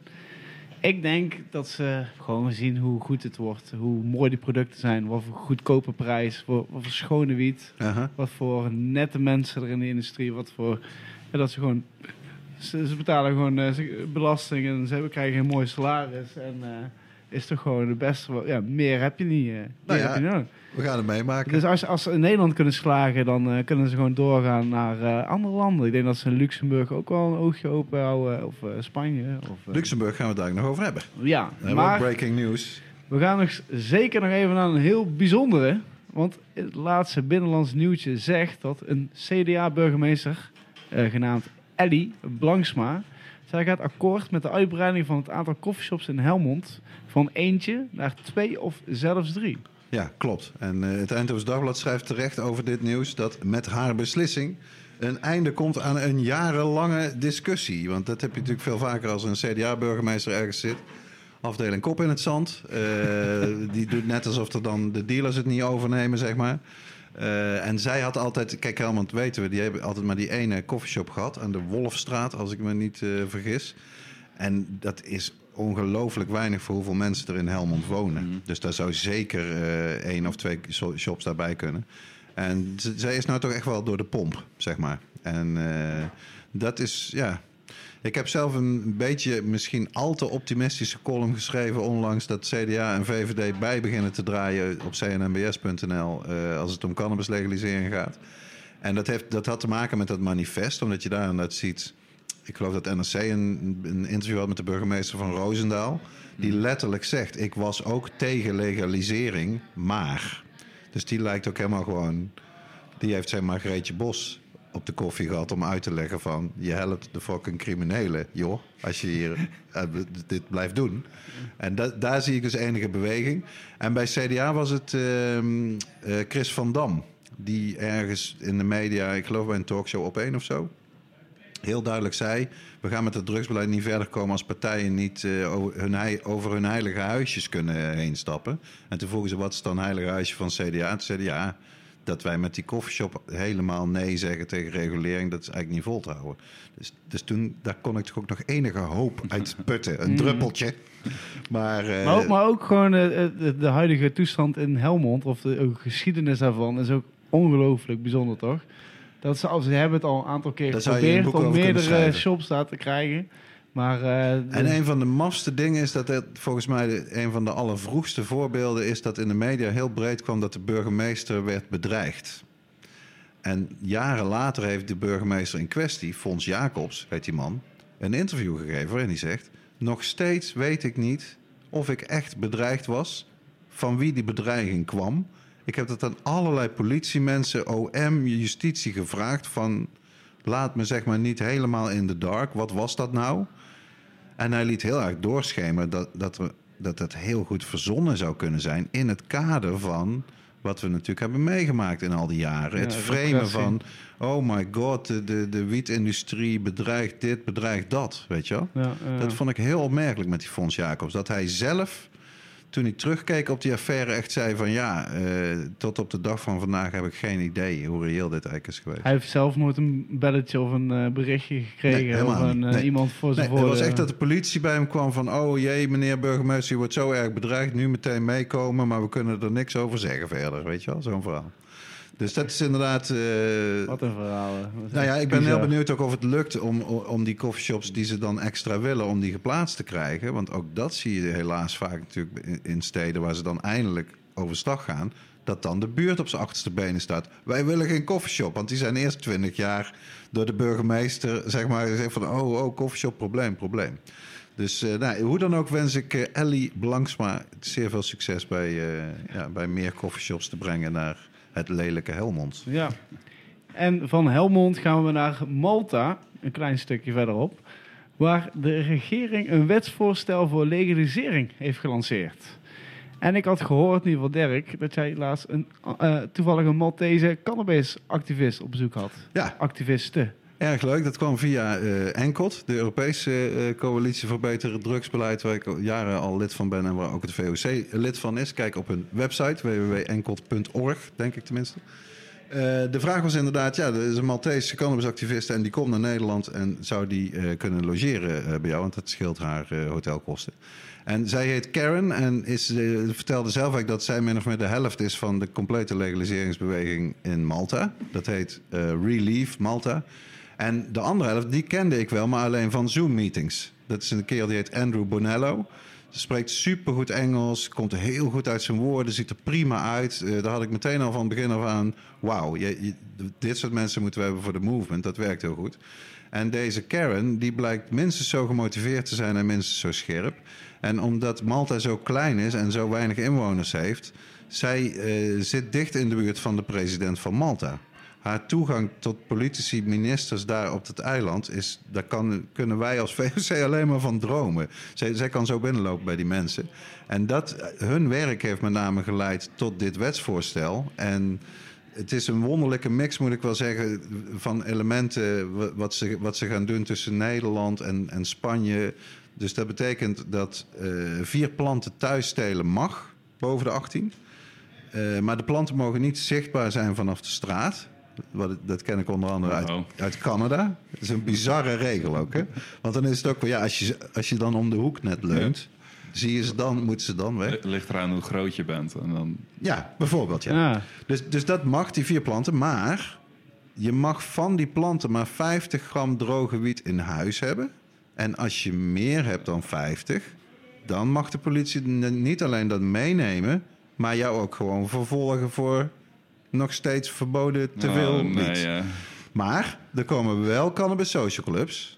Ik denk dat ze gewoon zien hoe goed het wordt, hoe mooi die producten zijn, wat voor goedkope prijs, wat voor schone wiet, uh-huh. wat voor nette mensen er in de industrie, wat voor... Ja, dat ze gewoon... Ze, ze betalen gewoon uh, belasting en ze krijgen een mooi salaris. En uh, is toch gewoon de beste... Ja, meer heb je niet. Uh, nou ja, heb je nodig. We gaan het meemaken. Dus als, als ze in Nederland kunnen slagen, dan uh, kunnen ze gewoon doorgaan naar uh, andere landen. Ik denk dat ze in Luxemburg ook wel een oogje open houden. Of uh, Spanje. Of, uh... Luxemburg gaan we het daar nog over hebben. Ja, we maar... breaking news. We gaan nog zeker nog even naar een heel bijzondere. Want het laatste binnenlands nieuwtje zegt dat een C D A-burgemeester, uh, genaamd Ellie Blanksma, zij gaat akkoord met de uitbreiding van het aantal coffeeshops in Helmond van eentje naar twee of zelfs drie. Ja, klopt. En uh, het Eindhoven Dagblad schrijft terecht over dit nieuws dat met haar beslissing een einde komt aan een jarenlange discussie. Want dat heb je natuurlijk veel vaker als een C D A-burgemeester ergens zit. Afdeling kop in het zand. Uh, die doet net alsof er dan de dealers het niet overnemen, zeg maar. Uh, en zij had altijd... Kijk, Helmond weten we, die hebben altijd maar die ene koffieshop gehad aan de Wolfstraat, als ik me niet uh, vergis. En dat is ongelooflijk weinig voor hoeveel mensen er in Helmond wonen. Mm-hmm. Dus daar zou zeker uh, één of twee shops daarbij kunnen. En z- zij is nou toch echt wel door de pomp, zeg maar. En uh, dat is, ja... Ik heb zelf een beetje misschien al te optimistische column geschreven onlangs dat C D A en V V D bij beginnen te draaien op c n m b s punt n l uh, als het om cannabislegalisering gaat. En dat, heeft, dat had te maken met dat manifest, omdat je daar inderdaad ziet... Ik geloof dat N R C een, een interview had met de burgemeester van Roosendaal, die letterlijk zegt, ik was ook tegen legalisering, maar... Dus die lijkt ook helemaal gewoon... Die heeft zeg maar Greetje Bos op de koffie gehad om uit te leggen van... je helpt de fucking criminelen, joh, als je hier uh, dit blijft doen. En da- daar zie ik dus enige beweging. En bij C D A was het uh, uh, Chris van Dam, die ergens in de media, ik geloof bij een talkshow op één of zo, heel duidelijk zei, we gaan met het drugsbeleid niet verder komen als partijen niet uh, over, hun hei- over hun heilige huisjes kunnen heen stappen. En toen vroegen ze, wat is dan heilige huisje van C D A? En toen zeiden ja, dat wij met die coffeeshop helemaal nee zeggen tegen regulering, dat is eigenlijk niet vol te houden. Dus, dus toen, daar kon ik toch ook nog enige hoop uit putten. Een druppeltje. Maar, uh, maar, ook, maar ook gewoon uh, de, de huidige toestand in Helmond, of de uh, geschiedenis daarvan, is ook ongelooflijk bijzonder, toch? Dat ze, ze hebben het al een aantal keer Daar zou je een geprobeerd boek om over kunnen meerdere schrijven. shops daar te krijgen. Maar, uh, En een van de mafste dingen is dat het volgens mij de, een van de allervroegste voorbeelden is dat in de media heel breed kwam dat de burgemeester werd bedreigd. En jaren later heeft de burgemeester in kwestie, Fons Jacobs, heet die man, een interview gegeven en die zegt: nog steeds weet ik niet of ik echt bedreigd was, van wie die bedreiging kwam. Ik heb dat aan allerlei politiemensen, O M, justitie gevraagd van laat me zeg maar niet helemaal in the dark. Wat was dat nou? En hij liet heel erg doorschemeren dat, dat, er, dat het heel goed verzonnen zou kunnen zijn in het kader van wat we natuurlijk hebben meegemaakt in al die jaren. Ja, het framen van, oh my god, de, de, de wietindustrie bedreigt dit, bedreigt dat, weet je wel? Ja, uh, dat vond ik heel opmerkelijk met die Fons Jacobs. Dat hij zelf, toen hij terugkeek op die affaire, echt zei van ja, uh, tot op de dag van vandaag heb ik geen idee hoe reëel dit eigenlijk is geweest. Hij heeft zelf nooit een belletje of een uh, berichtje gekregen. Nee, of een, uh, nee. iemand voor zijn nee, voordeur. Het was echt dat de politie bij hem kwam van oh jee, meneer burgemeester, je wordt zo erg bedreigd, nu meteen meekomen, maar we kunnen er niks over zeggen verder, weet je wel, zo'n verhaal. Dus dat is inderdaad... Uh, Wat een verhaal. Nou ja, ik ben bizar. heel benieuwd ook of het lukt om, om die coffeeshops die ze dan extra willen, om die geplaatst te krijgen. Want ook dat zie je helaas vaak natuurlijk in, in steden waar ze dan eindelijk overstag gaan. Dat dan de buurt op zijn achterste benen staat. Wij willen geen coffeeshop, want die zijn eerst twintig jaar door de burgemeester zeg maar gezegd van oh, oh, coffeeshop, probleem, probleem. Dus uh, nou, hoe dan ook wens ik uh, Ellie Blanksma zeer veel succes bij, uh, ja, bij meer coffeeshops te brengen naar het lelijke Helmond. Ja. En van Helmond gaan we naar Malta, een klein stukje verderop, waar de regering een wetsvoorstel voor legalisering heeft gelanceerd. En ik had gehoord, in ieder geval Dirk, dat jij laatst een, uh, toevallig een Maltese cannabisactivist op bezoek had. Ja. Activisten. Erg leuk. Dat kwam via uh, ENCOD, de Europese uh, Coalitie voor Beter Drugsbeleid, waar ik al jaren al lid van ben en waar ook het V O C lid van is. Kijk op hun website, w w w punt encod punt org, denk ik tenminste. Uh, de vraag was inderdaad, ja, er is een Maltese cannabisactivist en die komt naar Nederland en zou die uh, kunnen logeren uh, bij jou, want dat scheelt haar uh, hotelkosten. En zij heet Karen en is, uh, vertelde zelf eigenlijk dat zij min of meer de helft is van de complete legaliseringsbeweging in Malta. Dat heet uh, Relief Malta. En de andere helft, die kende ik wel, maar alleen van Zoom-meetings. Dat is een kerel die heet Andrew Bonello. Ze spreekt supergoed Engels, komt heel goed uit zijn woorden, ziet er prima uit. Uh, daar had ik meteen al van het begin af aan, wauw, je, je, dit soort mensen moeten we hebben voor de movement. Dat werkt heel goed. En deze Karen, die blijkt minstens zo gemotiveerd te zijn en minstens zo scherp. En omdat Malta zo klein is en zo weinig inwoners heeft, zij uh, zit dicht in de buurt van de president van Malta. Haar toegang tot politici, ministers daar op het eiland is, daar kan, kunnen wij als V O C alleen maar van dromen. Zij, zij kan zo binnenlopen bij die mensen. En dat, hun werk heeft met name geleid tot dit wetsvoorstel. En het is een wonderlijke mix, moet ik wel zeggen, van elementen wat ze, wat ze gaan doen tussen Nederland en, en Spanje. Dus dat betekent dat uh, vier planten thuis stelen mag, boven de achttien. Uh, maar de planten mogen niet zichtbaar zijn vanaf de straat. Wat, dat ken ik onder andere uit, uit Canada. Dat is een bizarre regel ook, hè? Want dan is het ook wel, ja, als je, als je dan om de hoek net leunt, ja. zie je ze dan, moeten ze dan weg. Het ligt eraan hoe groot je bent. En dan... Ja, bijvoorbeeld, ja. ja. Dus, dus dat mag, die vier planten, maar je mag van die planten maar vijftig gram droge wiet in huis hebben. En als je meer hebt dan vijftig, dan mag de politie niet alleen dat meenemen, maar jou ook gewoon vervolgen voor nog steeds verboden te veel oh, wiet. Nee, ja. Maar er komen wel cannabis social clubs.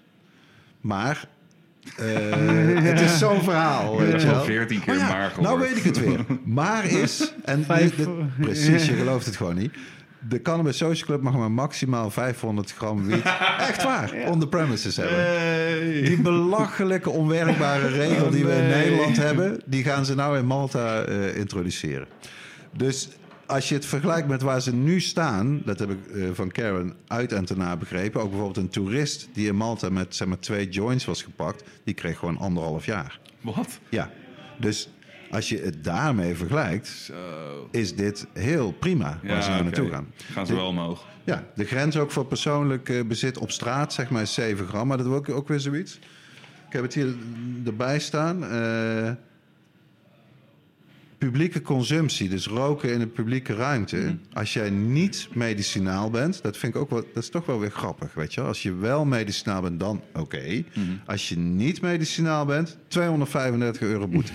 Maar uh, het is zo'n verhaal. Je weet hebt je al wel. veertien keer Oh ja, maar gehoord. nou weet ik het weer. Maar is... En Vijf, de, de, precies, je gelooft het gewoon niet. De Cannabis Social Club mag maar maximaal vijfhonderd gram wiet. Echt waar, on the premises hebben. Hey. Die belachelijke, onwerkbare regel die we in Nederland hebben, die gaan ze nou in Malta uh, introduceren. Dus als je het vergelijkt met waar ze nu staan, dat heb ik uh, van Karen uit en te na begrepen. Ook bijvoorbeeld een toerist die in Malta met zeg maar, twee joints was gepakt, die kreeg gewoon anderhalf jaar. Wat? Ja, dus als je het daarmee vergelijkt, Zo. is dit heel prima waar Ja, ze nu okay. naartoe gaan. Gaan ze wel omhoog. Ja, de grens ook voor persoonlijk uh, bezit op straat, zeg maar, is zeven gram. Maar dat is ook, ook weer zoiets. Ik heb het hier erbij staan. Uh, publieke consumptie, dus roken in de publieke ruimte, mm. als jij niet medicinaal bent, dat vind ik ook wel, dat is toch wel weer grappig, weet je wel. Als je wel medicinaal bent, dan oké. Okay. Mm. Als je niet medicinaal bent, tweehonderdvijfendertig euro boete.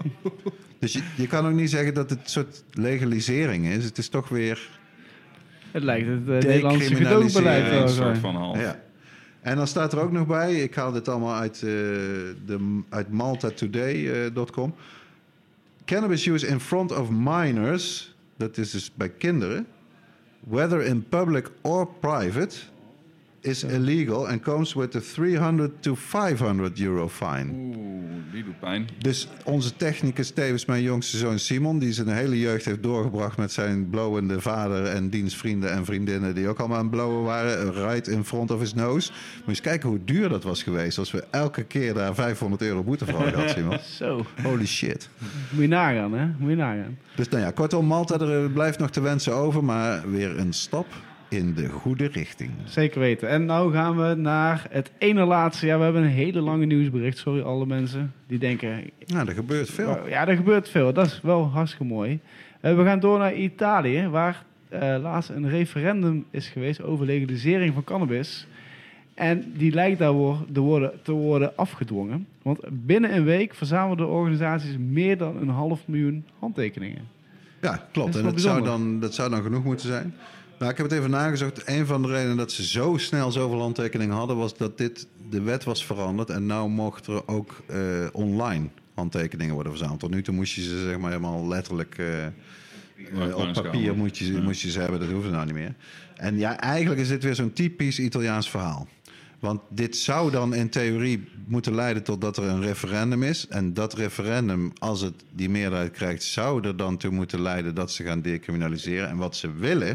Dus je, je kan ook niet zeggen dat het een soort legalisering is. Het is toch weer... Het lijkt het uh, Nederlandse gedoogbeleid. Een soort van half. Ja. En dan staat er ook nog bij, ik haal dit allemaal uit, uh, de, uit malta today dot com. Cannabis use in front of minors, dat is dus bij kinderen, whether in public or private, is illegal and comes with a driehonderd to vijfhonderd euro fine. Oeh, die doet pijn. Dus onze technicus, tevens mijn jongste zoon Simon, die zijn hele jeugd heeft doorgebracht met zijn blowende vader en dienstvrienden en vriendinnen die ook allemaal aan het blowen waren, right in front of his nose. Moet je eens kijken hoe duur dat was geweest als we elke keer daar vijfhonderd euro boete voor hadden, Simon. Zo. Holy shit. Moet je nagaan, hè? Moet je nagaan. Dus nou ja, kortom, Malta, er blijft nog te wensen over, maar weer een stap in de goede richting. Zeker weten. En nou gaan we naar het ene laatste. Ja, we hebben een hele lange nieuwsbericht. Sorry alle mensen die denken... Nou, er gebeurt veel. Ja, er gebeurt veel. Dat is wel hartstikke mooi. Uh, we gaan door naar Italië, waar uh, laatst een referendum is geweest over legalisering van cannabis. En die lijkt daar te worden, te worden afgedwongen. Want binnen een week verzamelden organisaties meer dan een half miljoen handtekeningen. Ja, klopt. Dat en dat zou, dan, dat zou dan genoeg moeten zijn. Nou, ik heb het even nagezocht. Een van de redenen dat ze zo snel zoveel handtekeningen hadden, was dat dit de wet was veranderd. En nou mochten er ook uh, online handtekeningen worden verzameld. Tot nu toe moest je ze zeg maar helemaal letterlijk uh, uh, op papier moet je, moest je ze hebben. Dat hoeft nou niet meer. En ja, eigenlijk is dit weer zo'n typisch Italiaans verhaal. Want dit zou dan in theorie moeten leiden tot dat er een referendum is. En dat referendum, als het die meerderheid krijgt, zou er dan toe moeten leiden dat ze gaan decriminaliseren. En wat ze willen...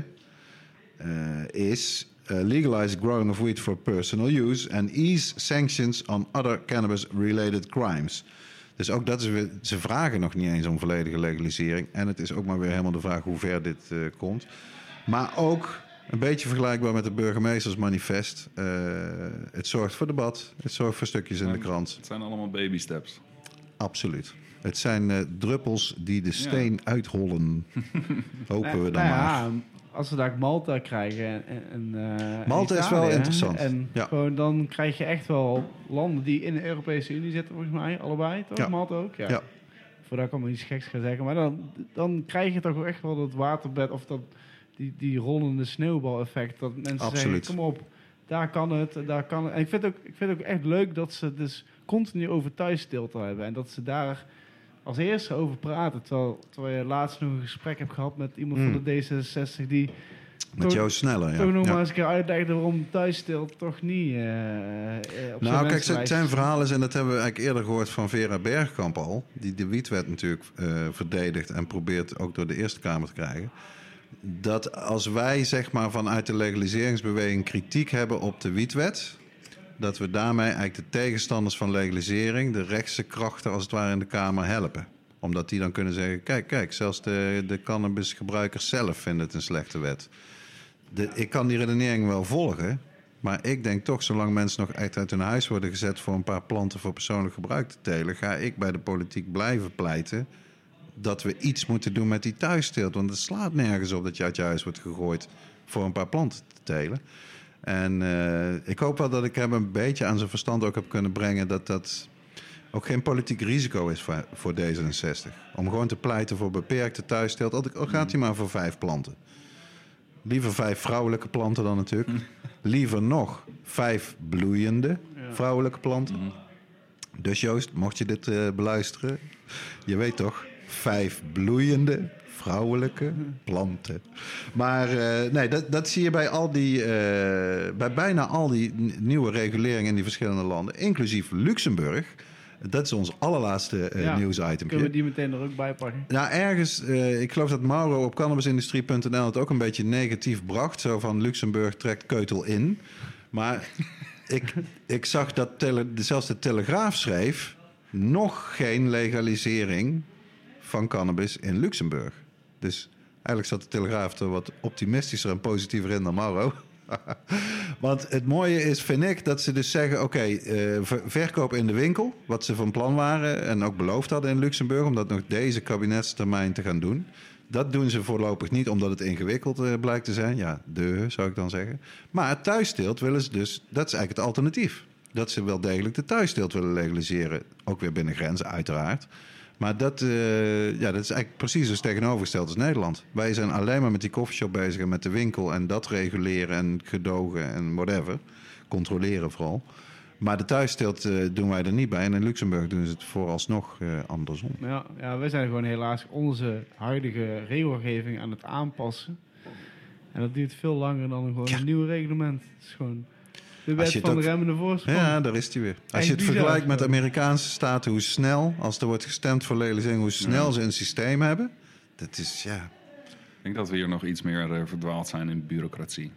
Uh, is uh, legalize growing of weed for personal use and ease sanctions on other cannabis-related crimes. Dus ook dat is weer, ze vragen nog niet eens om volledige legalisering. En het is ook maar weer helemaal de vraag hoe ver dit uh, komt. Maar ook een beetje vergelijkbaar met het burgemeestersmanifest. Uh, het zorgt voor debat, het zorgt voor stukjes in de krant. Het zijn allemaal baby steps. Absoluut. Het zijn uh, druppels die de steen ja. uithollen. Hopen we dan nou, maar. Ja, als we daar Malta krijgen en, en uh, Malta en is wel interessant. En ja. gewoon, dan krijg je echt wel landen die in de Europese Unie zitten, volgens mij, allebei, toch? Ja. Malta ook? Ja. ja. Voordat ik allemaal iets geks ga zeggen. Maar dan, dan krijg je toch echt wel dat waterbed of dat, die, die rollende sneeuwbal-effect. Dat mensen Absoluut. zeggen, kom op, daar kan het, daar kan het. En ik vind het ook, ik vind het ook echt leuk dat ze dus continu over thuisstilte hebben. En dat ze daar als eerste over praten. Terwijl, terwijl je laatst nog een gesprek hebt gehad met iemand mm. van de D zesenzestig die... Met jou sneller, ja. Toch nog ja. maar eens een keer uitleggen waarom thuisstil toch niet uh, op Nou, kijk, zijn, zijn verhaal is, en dat hebben we eigenlijk eerder gehoord van Vera Bergkamp al, die de wietwet natuurlijk uh, verdedigt en probeert ook door de Eerste Kamer te krijgen, dat als wij zeg maar vanuit de legaliseringsbeweging kritiek hebben op de wietwet, dat we daarmee eigenlijk de tegenstanders van legalisering, de rechtse krachten als het ware in de Kamer helpen. Omdat die dan kunnen zeggen, kijk, kijk, zelfs de, de cannabisgebruikers zelf vinden het een slechte wet. De, ik kan die redenering wel volgen, maar ik denk toch, zolang mensen nog echt uit hun huis worden gezet voor een paar planten voor persoonlijk gebruik te telen, ga ik bij de politiek blijven pleiten dat we iets moeten doen met die thuissteelt. Want het slaat nergens op dat je uit je huis wordt gegooid voor een paar planten te telen. En uh, ik hoop wel dat ik hem een beetje aan zijn verstand ook heb kunnen brengen dat dat ook geen politiek risico is voor, voor D zesenzestig. Om gewoon te pleiten voor beperkte thuissteelt, al gaat hij maar voor vijf planten. Liever vijf vrouwelijke planten dan natuurlijk. Mm. Liever nog vijf bloeiende ja. vrouwelijke planten. Mm. Dus Joost, mocht je dit uh, beluisteren, je weet toch, vijf bloeiende vrouwelijke planten. Maar uh, nee, dat, dat zie je bij al die, uh, bij bijna al die n- nieuwe reguleringen in die verschillende landen, inclusief Luxemburg. Dat is ons allerlaatste uh, ja, nieuwsitem. Kunnen we die meteen er ook bij pakken? Nou, ergens, uh, ik geloof dat Mauro op cannabisindustrie punt n l het ook een beetje negatief bracht. Zo van Luxemburg trekt keutel in. Maar ik, ik zag dat tele, zelfs de Telegraaf schreef nog geen legalisering van cannabis in Luxemburg. Dus eigenlijk zat de Telegraaf er wat optimistischer en positiever in dan Mauro. Want het mooie is, vind ik, dat ze dus zeggen... oké, okay, uh, ver- verkoop in de winkel, wat ze van plan waren... en ook beloofd hadden in Luxemburg... om dat nog deze kabinetstermijn te gaan doen. Dat doen ze voorlopig niet, omdat het ingewikkeld uh, blijkt te zijn. Ja, de, zou ik dan zeggen. Maar thuisteelt willen ze dus... dat is eigenlijk het alternatief. Dat ze wel degelijk de thuisteelt willen legaliseren. Ook weer binnen grenzen, uiteraard. Maar dat, uh, ja, dat is eigenlijk precies dus tegenovergesteld als Nederland. Wij zijn alleen maar met die koffieshop bezig en met de winkel... en dat reguleren en gedogen en whatever. Controleren vooral. Maar de thuisteelt uh, doen wij er niet bij. En in Luxemburg doen ze het vooralsnog uh, andersom. Ja, ja, wij zijn gewoon helaas onze huidige regelgeving aan het aanpassen. En dat duurt veel langer dan gewoon ja. een nieuw reglement. Het is gewoon de wet van ook, de remmende voorsprong. Ja, daar is die weer. Als je het bizar, vergelijkt met de Amerikaanse staten, hoe snel, als er wordt gestemd voor legalisering, hoe snel ja. ze een systeem hebben. Dat is, ja... Ik denk dat we hier nog iets meer uh, verdwaald zijn in bureaucratie.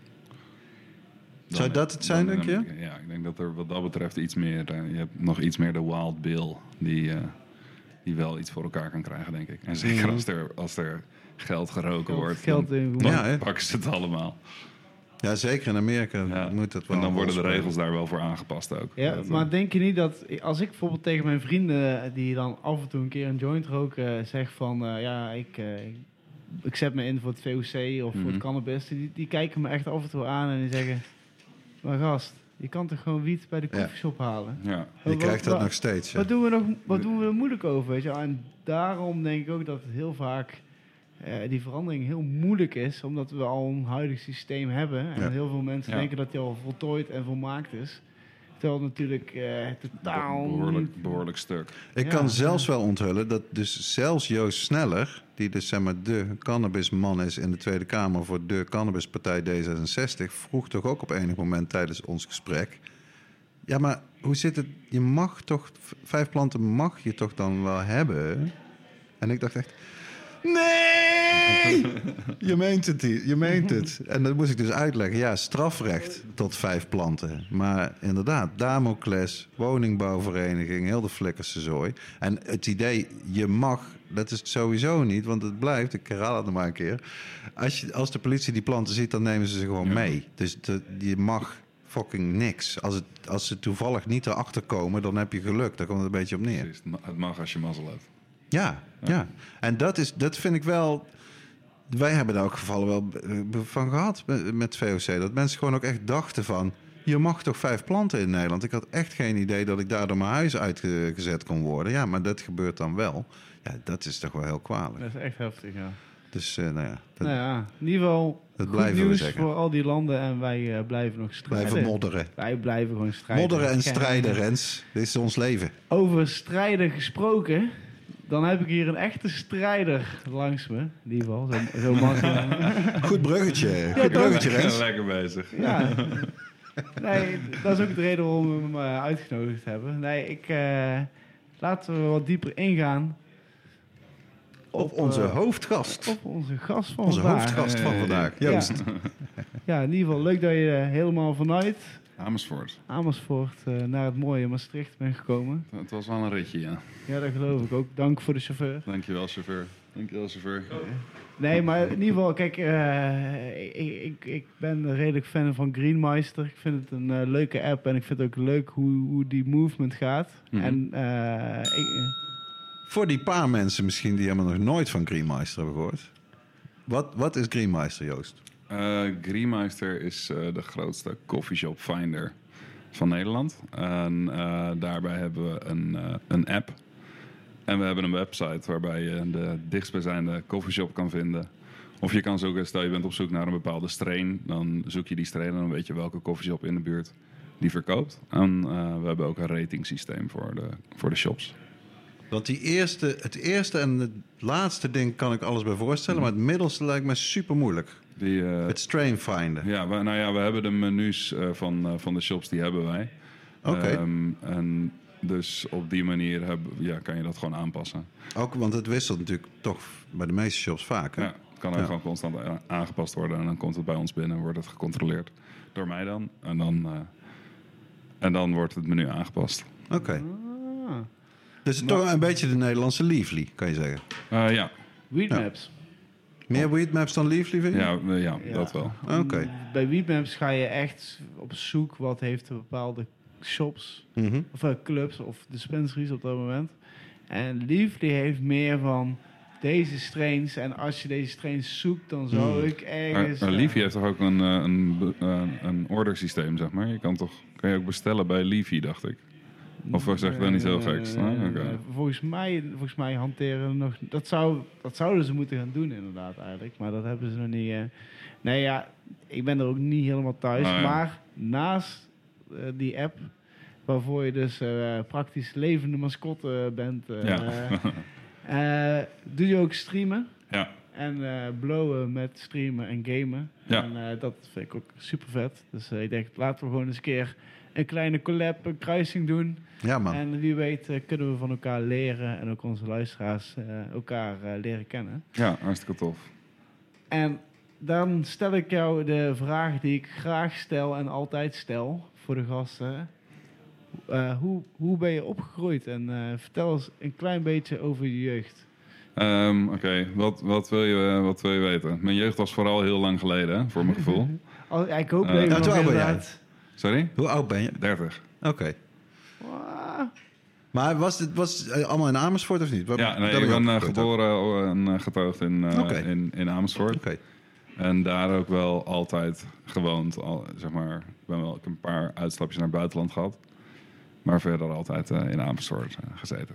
Dan, Zou dat het zijn, dan, denk je? Ja, ik denk dat er wat dat betreft iets meer... Uh, je hebt nog iets meer de wild bill die, uh, die wel iets voor elkaar kan krijgen, denk ik. En zeker mm. als, er, als er geld geroken geld, wordt, geld dan, dan ja, pakken ze het allemaal. Ja, zeker in Amerika ja. moet dat wel. En dan worden de regels daar wel voor aangepast ook. Ja, dat maar denk je niet dat... Als ik bijvoorbeeld tegen mijn vrienden... die dan af en toe een keer een joint roken... zeg van... Uh, ja, ik... Uh, ik zet me in voor het V O C of mm-hmm. voor het cannabis. Die, die kijken me echt af en toe aan en die zeggen... Maar gast, je kan toch gewoon wiet bij de koffieshop ja. halen? Ja, je wat, krijgt dat wat, nog steeds. Ja. Wat doen we nog? Wat doen we er moeilijk over? Weet je? En daarom denk ik ook dat het heel vaak uh, die verandering heel moeilijk is, omdat we al een huidig systeem hebben en ja. heel veel mensen ja. denken dat die al voltooid en volmaakt is. Terwijl natuurlijk uh, totaal behoorlijk, behoorlijk stuk. Ik ja. kan zelfs wel onthullen dat dus zelfs Joost Sneller, die dus zeg maar de cannabisman is in de Tweede Kamer voor de cannabispartij D zesenzestig, vroeg toch ook op enig moment tijdens ons gesprek: ja, maar hoe zit het? Je mag toch vijf planten mag je toch dan wel hebben? En ik dacht echt: nee! Je meent het, je meent het. En dat moest ik dus uitleggen. Ja, strafrecht tot vijf planten. Maar inderdaad, Damocles, woningbouwvereniging, heel de flikkerse zooi. En het idee, je mag, dat is het sowieso niet, want het blijft, ik herhaal het nog maar een keer. Als, je, als de politie die planten ziet, dan nemen ze ze gewoon ja. mee. Dus de, je mag fucking niks. Als, het, als ze toevallig niet erachter komen, dan heb je geluk. Daar komt het een beetje op neer. Precies, het mag als je mazzel hebt. Ja, ja, ja. En dat, is, dat vind ik wel... Wij hebben daar ook gevallen wel van gehad met V O C. Dat mensen gewoon ook echt dachten van... je mag toch vijf planten in Nederland? Ik had echt geen idee dat ik daardoor mijn huis uitgezet kon worden. Ja, maar dat gebeurt dan wel. Ja, dat is toch wel heel kwalijk. Dat is echt heftig, ja. Dus, uh, nou ja... Dat, nou ja, in ieder geval dat goed nieuws voor al die landen. En wij uh, blijven nog strijden. Blijven modderen. Wij blijven gewoon strijden. Modderen en strijden, Rens. Dit is ons leven. Over strijden gesproken... Dan heb ik hier een echte strijder langs me. In ieder geval, zo, zo mag je. Goed bruggetje. Ja, Goed bruggetje, Rens. Lekker bezig. Ja. Nee, dat is ook de reden waarom we hem uh, uitgenodigd hebben. Nee, ik... Uh, laten we wat dieper ingaan. Op, op onze uh, hoofdgast. Op onze gast van onze vandaag. Onze hoofdgast van vandaag, Joost. Ja. Ja, in ieder geval leuk dat je helemaal vanuit... Amersfoort. Amersfoort uh, naar het mooie Maastricht bent gekomen. Het was wel een ritje, ja. Ja, dat geloof ik ook. Dank voor de chauffeur. Dankjewel, chauffeur. Dankjewel, chauffeur. Nee, maar in ieder geval, kijk, uh, ik, ik, ik ben een redelijk fan van Greenmeister. Ik vind het een uh, leuke app en ik vind het ook leuk hoe, hoe die movement gaat. Mm-hmm. En, uh, ik, uh, Voor die paar mensen misschien die helemaal nog nooit van Greenmeister hebben gehoord. Wat, wat is Greenmeister, Joost? Uh, Greenmeister is uh, de grootste coffeeshop finder van Nederland. En uh, daarbij hebben we een, uh, een app. En we hebben een website waarbij je de dichtstbijzijnde coffeeshop kan vinden. Of je kan zoeken, stel je bent op zoek naar een bepaalde strain. Dan zoek je die strain en dan weet je welke coffeeshop in de buurt die verkoopt. En uh, we hebben ook een ratingsysteem voor de, voor de shops. Want die eerste, het eerste en het laatste ding kan ik alles bij voorstellen. Maar het middelste lijkt me super moeilijk. Die, uh, het strain finden. Ja, we, nou ja, we hebben de menus uh, van, uh, van de shops, die hebben wij. Oké. Okay. Um, en dus op die manier heb, ja, kan je dat gewoon aanpassen. Ook, want het wisselt natuurlijk toch bij de meeste shops vaak. Hè? Ja, het kan ook ja. gewoon constant aangepast worden. En dan komt het bij ons binnen en wordt het gecontroleerd door mij dan. En dan, uh, en dan wordt het menu aangepast. Oké. Okay. Ah. Dus maar, toch een beetje de Nederlandse Leafly, kan je zeggen. Uh, ja. Weedmaps. Ja. Meer Weedmaps dan Leafly, vind je? Ja, ja, Ja. dat wel. Oké. Okay. Bij Weedmaps ga je echt op zoek wat heeft een bepaalde shops, Mm-hmm. of uh, clubs of dispensaries op dat moment. En Leafly heeft meer van deze strains. En als je deze strains zoekt, dan zou Mm. ik ergens... Maar, maar uh, Leafy heeft toch ook een, uh, een, uh, een ordersysteem, zeg maar? Je kan toch kan je ook bestellen bij Leafy, dacht ik. Of zeg ik dat niet heel geks? Nee, Nee? nee, Oké. nee. Volgens mij, volgens mij hanteren nog... Dat, zou, dat zouden ze moeten gaan doen inderdaad eigenlijk. Maar dat hebben ze nog niet... Uh, nee ja, ik ben er ook niet helemaal thuis. Oh, ja. Maar naast uh, die app... waarvoor je dus uh, praktisch levende mascotte bent... Uh, Ja. uh, doe je ook streamen. Ja. En uh, blowen met streamen en gamen. Ja. En uh, dat vind ik ook super vet. Dus uh, ik denk, laten we gewoon eens een keer... een kleine collab, een kruising doen... Ja, man. En wie weet uh, kunnen we van elkaar leren en ook onze luisteraars uh, elkaar uh, leren kennen. Ja, hartstikke tof. En dan stel ik jou de vraag die ik graag stel en altijd stel voor de gasten. Uh, hoe, hoe ben je opgegroeid? En uh, vertel eens een klein beetje over je jeugd. Um, Oké, okay. wat, wat, wil je, wat wil je weten? Mijn jeugd was vooral heel lang geleden, hè, voor mijn gevoel. Oh, ja, ik hoop Uh, dat je nou, nog hoe oud ben inderdaad... Sorry? Hoe oud ben je? dertig. Oké. Okay. Ah, Maar was het was het allemaal in Amersfoort of niet? Waar, Ja, nee, daar ik je ben uh, opgegroeid geboren en uh, getoogd in, uh, Oké. in, in Amersfoort. ook? Oké. En daar ook wel altijd gewoond. Al, zeg maar, ik ben wel ik heb een paar uitstapjes naar het buitenland gehad. Maar verder altijd uh, in Amersfoort uh, gezeten.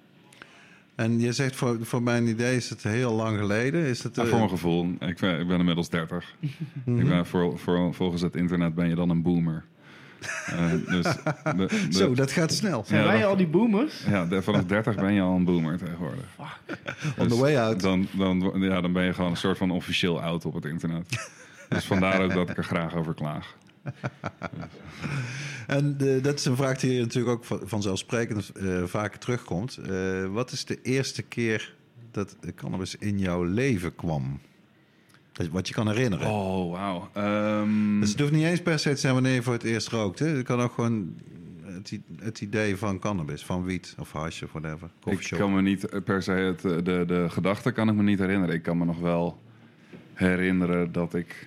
En je zegt, voor, voor mijn idee is het heel lang geleden. Is het, Ja, uh, voor mijn gevoel. Ik ben, ik ben inmiddels dertig. ik ben voor, voor, volgens het internet ben je dan een boomer. Uh, dus de, de, Zo, dat gaat snel. zijn Ja, wij dat- al die boomers? Ja, de, vanaf dertig ben je al een boomer tegenwoordig. On the way out. Dan, dan, ja, dan ben je gewoon een soort van officieel oud op het internet. Dus vandaar ook dat ik er graag over klaag. En uh, dat is een vraag die natuurlijk ook van- vanzelfsprekend uh, vaker terugkomt. Uh, wat is de eerste keer dat cannabis in jouw leven kwam? Dat- Wat je kan herinneren. Oh, wauw. Ehm, Dus het hoeft niet eens per se te zijn wanneer je voor het eerst rookt. Hè? Het kan ook gewoon het, i- het idee van cannabis, van wiet of hash of whatever. ik Coffeeshop. kan me niet per se het, de, de gedachte kan ik me niet herinneren. Ik kan me nog wel herinneren dat ik...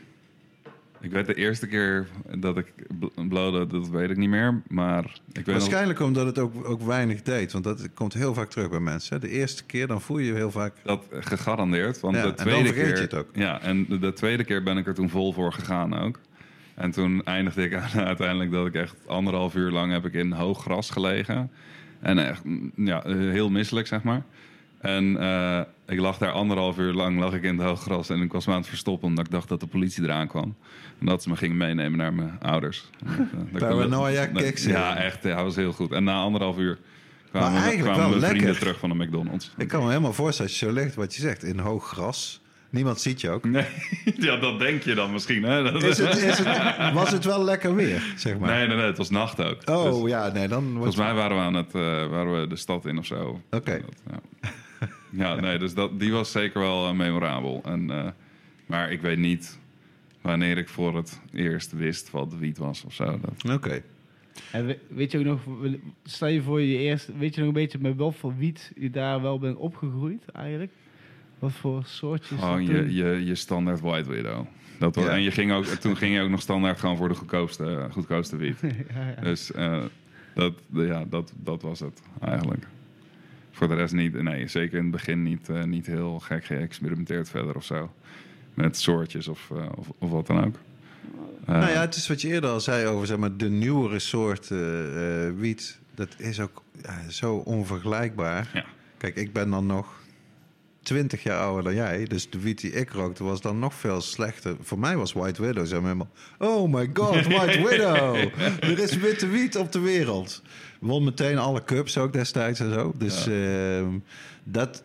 Ik weet de eerste keer dat ik bl- blowde, dat weet ik niet meer. Maar ik weet nog, Waarschijnlijk omdat het ook, ook weinig deed. Want dat komt heel vaak terug bij mensen. Hè? De eerste keer, dan voel je je heel vaak... dat gegarandeerd. Want Ja, de en dan tweede vergeet keer, je het ook. Ja, en de, de tweede keer ben ik er toen vol voor gegaan ook. En toen eindigde ik aan, uiteindelijk dat ik echt anderhalf uur lang heb ik in hoog gras gelegen. En echt, mm, ja, heel misselijk, zeg maar. En uh, ik lag daar anderhalf uur lang lag ik in het hoog gras. En ik was me aan het verstoppen omdat ik dacht dat de politie eraan kwam. En dat ze me gingen meenemen naar mijn ouders. Dat, uh, dat ik- Paranoia dat- kicks in. Ja, echt. Ja, dat was heel goed. En na anderhalf uur kwamen, Maar eigenlijk kwamen wel mijn vrienden lekker. terug van de McDonald's. Ik kan me helemaal voorstellen als je zo ligt wat je zegt. In hoog gras. Niemand ziet je ook. Nee, ja, dat denk je dan misschien. Hè? Dat Is het, is het, was het wel lekker weer, zeg maar? Nee, nee, nee, het was nacht ook. Oh Dus ja, nee, dan wordt volgens mij waren we, aan het, uh, waren we de stad in of zo. Oké. Dat, ja. ja, nee, dus dat, die was zeker wel uh, memorabel. En, uh, maar ik weet niet wanneer ik voor het eerst wist wat wiet was of zo. Dat... Oké. Okay. En we- weet je ook nog, stel je voor je eerst, weet je nog een beetje met wat voor wiet je daar wel bent opgegroeid eigenlijk? Wat voor soortjes? Gewoon dat toen? je, je, je standaard White Widow. Dat was, Ja. En je ging ook, toen ging je ook nog standaard gewoon voor de goedkoopste, uh, goedkoopste wiet. ja, ja. Dus uh, dat, ja, dat, dat was het eigenlijk. Voor de rest niet, nee, zeker in het begin niet, uh, niet heel gek geëxperimenteerd verder of zo. Met soortjes of, uh, of, of wat dan ook. Uh, Nou ja, het is wat je eerder al zei over zeg maar, de nieuwere soort uh, uh, wiet. Dat is ook ja, zo onvergelijkbaar. Ja. Kijk, ik ben dan nog twintig jaar ouder dan jij. Dus de wiet die ik rookte was dan nog veel slechter. Voor mij was White Widow zeg maar helemaal... Oh my god, White Widow! Er is witte wiet op de wereld. Won meteen alle cups ook destijds en zo. Dus ja. uh, dat...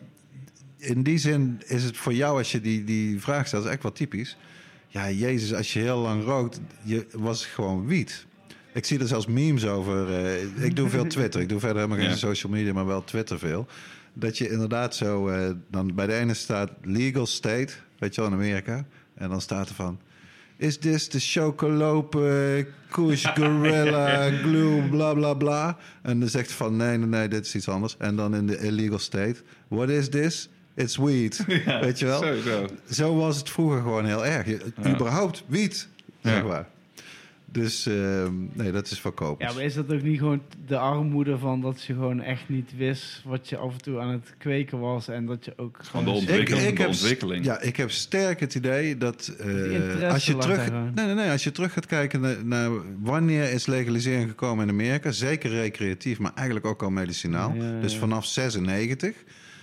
In die zin is het voor jou, als je die, die vraag stelt, is echt wel typisch. Ja, jezus, als je heel lang rookt, je, was het gewoon wiet. Ik zie er zelfs memes over. Uh, ik doe veel Twitter. Ik doe verder helemaal geen ja. social media, maar wel Twitter veel. Dat je inderdaad zo... Uh, dan bij de ene staat legal state, weet je wel, in Amerika. En dan staat er van... Is this the Chocolope, Kush, Gorilla, Glue, bla bla bla. En dan zegt van nee, nee, nee, dit is iets anders. En dan in de illegal state. What is this? It's weed. Ja, weet je wel? Sowieso. Zo was het vroeger gewoon heel erg. Je, Ja. Überhaupt wiet, zeg Ja. maar. Dus uh, nee, dat is verkopen. Ja, maar is dat ook niet gewoon de armoede van dat je gewoon echt niet wist wat je af en toe aan het kweken was en dat je ook Gewoon de ontwikkeling. Ik, ik de heb, ontwikkeling. Ja, ik heb sterk het idee dat uh, als je terug, nee, nee, nee, als je terug gaat kijken naar, naar wanneer is legalisering gekomen in Amerika, zeker recreatief, maar eigenlijk ook al medicinaal. Ja, ja. Dus vanaf zesennegentig,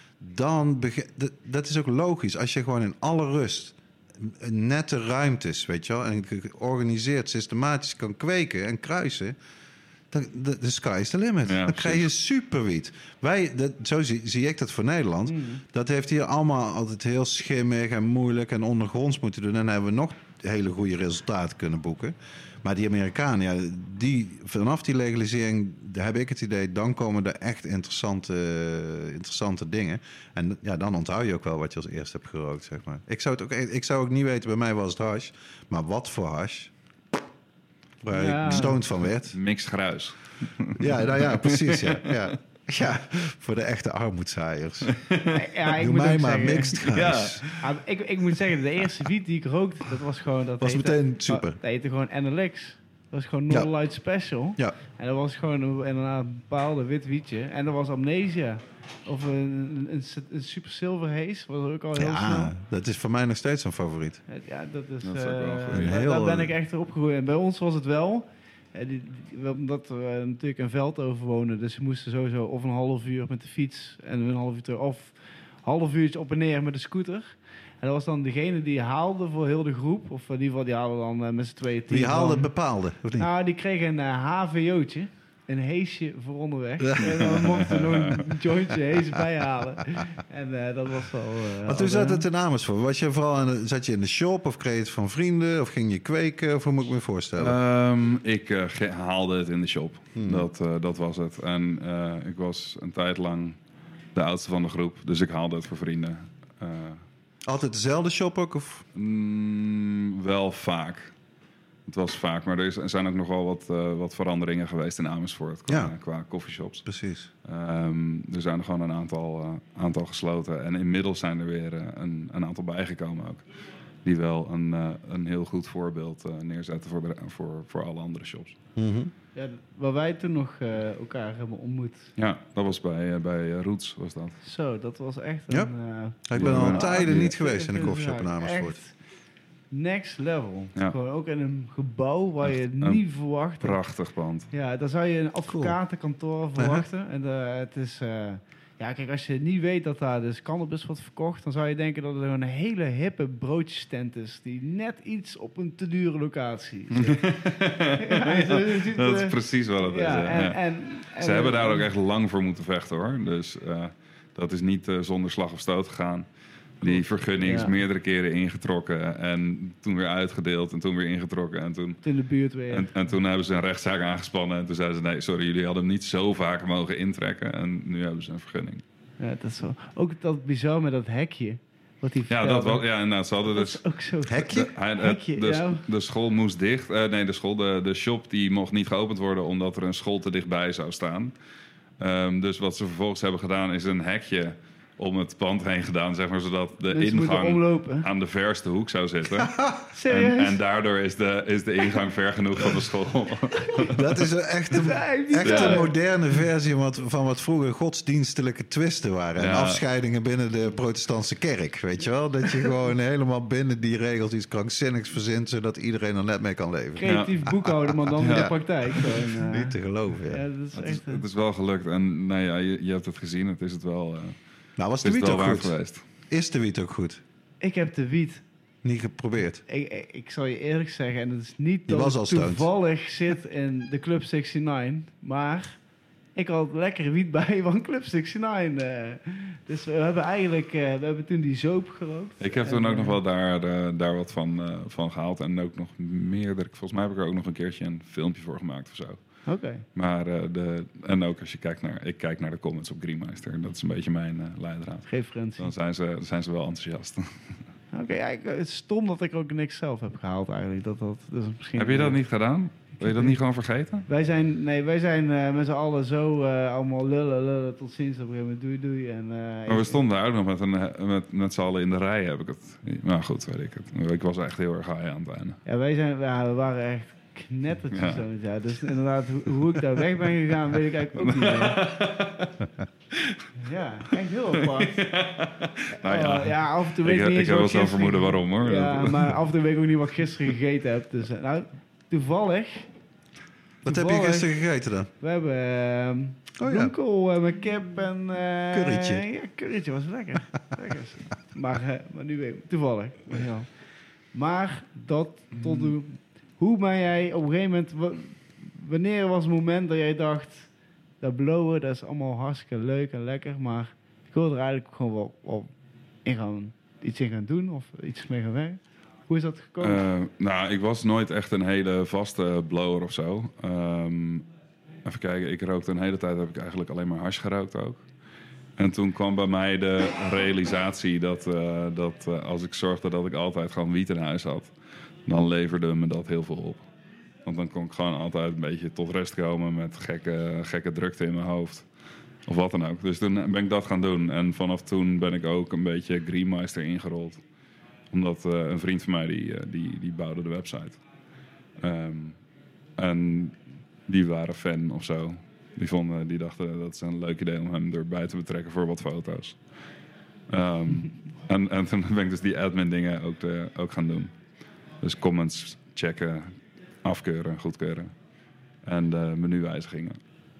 dan begin, dat, dat is ook logisch. Als je gewoon in alle rust nette ruimtes, weet je wel, en georganiseerd, systematisch kan kweken en kruisen, dan de, de sky is the limit. Ja, dan krijg je superwiet. Wij, dat, zo zie, zie ik dat voor Nederland. Mm. Dat heeft hier allemaal altijd heel schimmig en moeilijk en ondergronds moeten doen. En dan hebben we nog hele goede resultaten kunnen boeken. Maar die Amerikanen, ja, die, vanaf die legalisering, daar heb ik het idee, dan komen er echt interessante, uh, interessante dingen. En ja, dan onthoud je ook wel wat je als eerste hebt gerookt, zeg maar. Ik zou het ook, ik zou ook niet weten, bij mij was het hash. Maar wat voor hash? Waar ja. ik stoned van werd. Mixed gruis. Ja, nou ja, precies, ja. ja. Ja, voor de echte armoedzaaiers. Ja, ik Doe moet mij maar zeggen, mixed gruis. Ja. Ja, ik, ik moet zeggen, de eerste wiet die ik rookte, dat was gewoon... Dat was heette, meteen super. Dat heette gewoon N L X. Dat was gewoon Northern Light Special. Ja. En dat was gewoon een, inderdaad een bepaalde wit wietje. En dat was Amnesia. Of een, een, een Super Silver Haze, was ook al heel ja, snel. Dat is voor mij nog steeds een favoriet. Ja, dat is... Dat is uh, wel daar, heel, daar ben ik echt op gegroeid. En bij ons was het wel... Die, die, omdat we natuurlijk een veld overwonen, dus we moesten sowieso of een half uur met de fiets en een half uur terug, of een half uurtje op en neer met de scooter. En dat was dan degene die haalde voor heel de groep, of in ieder geval die haalde dan uh, met z'n tweeën tien. Die haalde van, bepaalde, of niet? Nou, die kregen een uh, H V O'tje. Een heesje voor onderweg. Ja. En dan mochten we nog een jointje hees bijhalen. En uh, dat was wel... Uh, maar toen zat het in Amersfoort. Was je vooral aan de, zat je in de shop of kreeg je het van vrienden? Of ging je kweken? Of hoe moet ik me voorstellen? Um, ik uh, ge- haalde het in de shop. Hmm. Dat, uh, dat was het. En uh, ik was een tijd lang de oudste van de groep. Dus ik haalde het voor vrienden. Uh, Altijd dezelfde shop ook? Of? Mm, wel vaak. Het was vaak, maar er, is, er zijn ook nog wel wat, uh, wat veranderingen geweest in Amersfoort qua, ja. qua coffeeshops. Precies. Um, er zijn er gewoon een aantal, uh, aantal gesloten. En inmiddels zijn er weer uh, een, een aantal bijgekomen ook. Die wel een, uh, een heel goed voorbeeld uh, neerzetten voor, de, voor, voor alle andere shops. Mm-hmm. Ja, waar wij toen nog uh, elkaar hebben ontmoet. Ja, dat was bij, uh, bij uh, Roots was dat. Zo, dat was echt ja. een... Uh, ik ben al ja, tijden ja, niet geweest in de coffeeshop in Amersfoort. Next level. Ja. Gewoon ook in een gebouw waar je het niet verwacht. Prachtig pand. Ja, daar zou je een advocatenkantoor cool. verwachten. Uh-huh. En uh, het is... Uh, ja, kijk, als je niet weet dat daar dus cannabis wordt verkocht, dan zou je denken dat het een hele hippe broodjestent is die net iets op een te dure locatie zit. ja, zo, ziet, dat is uh, precies wat het ja, is. Ja. En, en, en, Ze en, hebben daar ook echt lang voor moeten vechten, hoor. Dus uh, dat is niet uh, zonder slag of stoot gegaan. Die vergunning is ja. meerdere keren ingetrokken en toen weer uitgedeeld en toen weer ingetrokken. En toen, in de buurt weer. En, en toen hebben ze een rechtszaak aangespannen en toen zeiden ze, nee, sorry, jullie hadden hem niet zo vaak mogen intrekken. En nu hebben ze een vergunning. Ja, dat is zo. Ook dat bizar met dat hekje. Wat die ja, dat was, ja, inderdaad. Ze hadden dat dus, is ook zo. Hekje? De, hij, hekje, de, ja. de school moest dicht. Uh, nee, de school, de, de shop die mocht niet geopend worden omdat er een school te dichtbij zou staan. Um, dus wat ze vervolgens hebben gedaan is een hekje om het pand heen gedaan, zeg maar, zodat de dus ingang aan de verste hoek zou zitten. en, en daardoor is de, is de ingang ver genoeg van de school. Dat is een echte, echte ja. moderne versie van wat, van wat vroeger godsdienstelijke twisten waren. Ja. En afscheidingen binnen de protestantse kerk, weet je wel? Dat je gewoon helemaal binnen die regels iets krankzinnigs verzint, zodat iedereen er net mee kan leven. Creatief ja. boekhouden, maar dan ja. in de praktijk. Gewoon, uh... Niet te geloven, ja. ja dat is het, echt, is, het is wel gelukt. En nou ja, je, je hebt het gezien, het is het wel... Uh, Nou, was de wiet ook goed? Geweest. Is de wiet ook goed? Ik heb de wiet niet geprobeerd. Ik, ik, ik zal je eerlijk zeggen, en het is niet je dat ik toevallig zit in de Club negenenzestig, maar ik had lekkere wiet bij van Club negenenzestig. Uh, dus we hebben eigenlijk, uh, we hebben toen die zoop gerookt. Ik heb toen en, ook uh, nog wel daar, uh, daar wat van, uh, van gehaald en ook nog meerdere. Volgens mij heb ik er ook nog een keertje een filmpje voor gemaakt of zo. Oké. Okay. Maar uh, de, en ook als je kijkt naar, ik kijk naar de comments op Greenmeister, dat is een beetje mijn uh, leidraad. Referentie. Dan zijn ze, zijn ze wel enthousiast. Oké, okay, ja, het is stom dat ik ook niks zelf heb gehaald eigenlijk. Dat, dat, dus misschien heb je dat niet gedaan? Wil je dat niet gewoon vergeten? Wij zijn, nee, wij zijn uh, met z'n allen zo uh, allemaal lullen, lullen, tot ziens. Op een gegeven moment doei, doei. En, uh, maar we stonden daar ook nog met, een, met, met z'n allen in de rij, heb ik het. Nou goed, weet ik het. Ik was echt heel erg high aan het einde. Ja, wij zijn, ja, we waren echt knettertjes ja. zo. Ja, dus inderdaad, hoe, hoe ik daar weg ben gegaan, weet ik eigenlijk ook niet meer. Ja, echt heel apart. Nou ja, uh, ja, af en toe weet ik, ik niet Ik heb wel zo'n vermoeden waarom, hoor. Ja, maar af en toe weet ik ook niet wat ik gisteren gegeten heb. Dus, uh, nou, toevallig... Wat heb je gisteren gegeten dan? We hebben uh, bloemkool oh, ja. uh, met kip en... Uh, currytje. Ja, currytje was lekker. lekker. Maar, uh, maar nu weet ik toevallig. Maar, ja. maar dat tot nu... Hoe ben jij op een gegeven moment... W- wanneer was het moment dat jij dacht... Dat blowen, dat is allemaal hartstikke leuk en lekker, maar ik wil er eigenlijk gewoon wel, wel in gaan, iets in gaan doen of iets mee gaan werken. Hoe is dat gekomen? Uh, nou, ik was nooit echt een hele vaste blower of zo. Um, even kijken, ik rookte een hele tijd, heb ik eigenlijk alleen maar hash gerookt ook. En toen kwam bij mij de realisatie dat, uh, dat uh, als ik zorgde dat ik altijd gewoon wiet in huis had, dan leverde me dat heel veel op. Want dan kon ik gewoon altijd een beetje tot rust komen met gekke, gekke drukte in mijn hoofd. Of wat dan ook. Dus toen ben ik dat gaan doen. En vanaf toen ben ik ook een beetje Greenmeister ingerold. Omdat uh, een vriend van mij, die, uh, die, die bouwde de website. Um, en die waren fan of zo. Die, vonden, die dachten dat is een leuk idee om hem erbij te betrekken voor wat foto's. Um, en, en toen ben ik dus die admin dingen ook, de, ook gaan doen. Dus comments checken, afkeuren, goedkeuren. En de menuwijzigingen.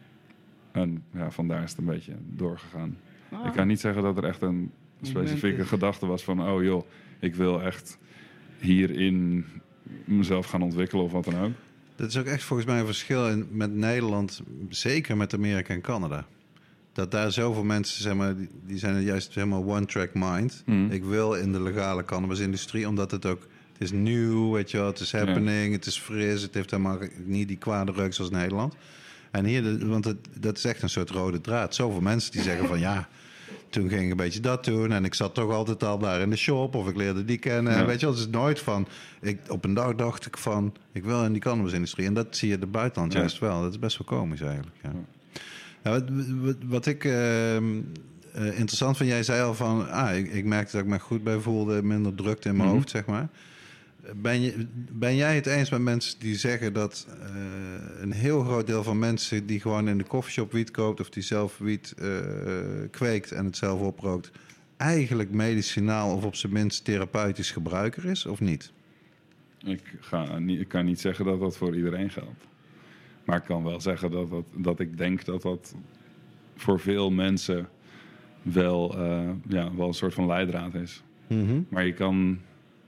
En ja, vandaar is het een beetje doorgegaan. Ah. Ik kan niet zeggen dat er echt een specifieke gedachte was van... oh joh, ik wil echt hierin mezelf gaan ontwikkelen of wat dan ook. Dat is ook echt volgens mij een verschil in, met Nederland, zeker met Amerika en Canada. Dat daar zoveel mensen, zeg maar, die, die zijn juist helemaal one-track mind. Mm. Ik wil in de legale cannabisindustrie, omdat het ook... Het is nieuw, weet je wel, het is happening, ja. Het is fris, het heeft helemaal niet die kwade reuk zoals Nederland. En hier, de, want het, dat is echt een soort rode draad. Zoveel mensen die zeggen van ja, toen ging ik een beetje dat doen en ik zat toch altijd al daar in de shop of ik leerde die kennen. Ja. En weet je wel, het is nooit van, ik, op een dag dacht ik van, ik wil in die cannabisindustrie. En dat zie je in het buitenland ja. juist wel. Dat is best wel komisch eigenlijk. Ja. Ja, wat, wat, wat ik uh, uh, interessant vind, jij zei al van, ah, ik, ik merkte dat ik me goed bij voelde, minder drukte in mijn mm-hmm. hoofd, zeg maar. Ben, je, ben jij het eens met mensen die zeggen dat uh, een heel groot deel van mensen die gewoon in de koffieshop wiet koopt of die zelf wiet uh, kweekt en het zelf oprookt, eigenlijk medicinaal of op zijn minst therapeutisch gebruiker is of niet? Ik, ga niet, ik kan niet zeggen dat dat voor iedereen geldt. Maar ik kan wel zeggen dat, dat, dat ik denk dat dat voor veel mensen wel, uh, ja, wel een soort van leidraad is. Mm-hmm. Maar je kan...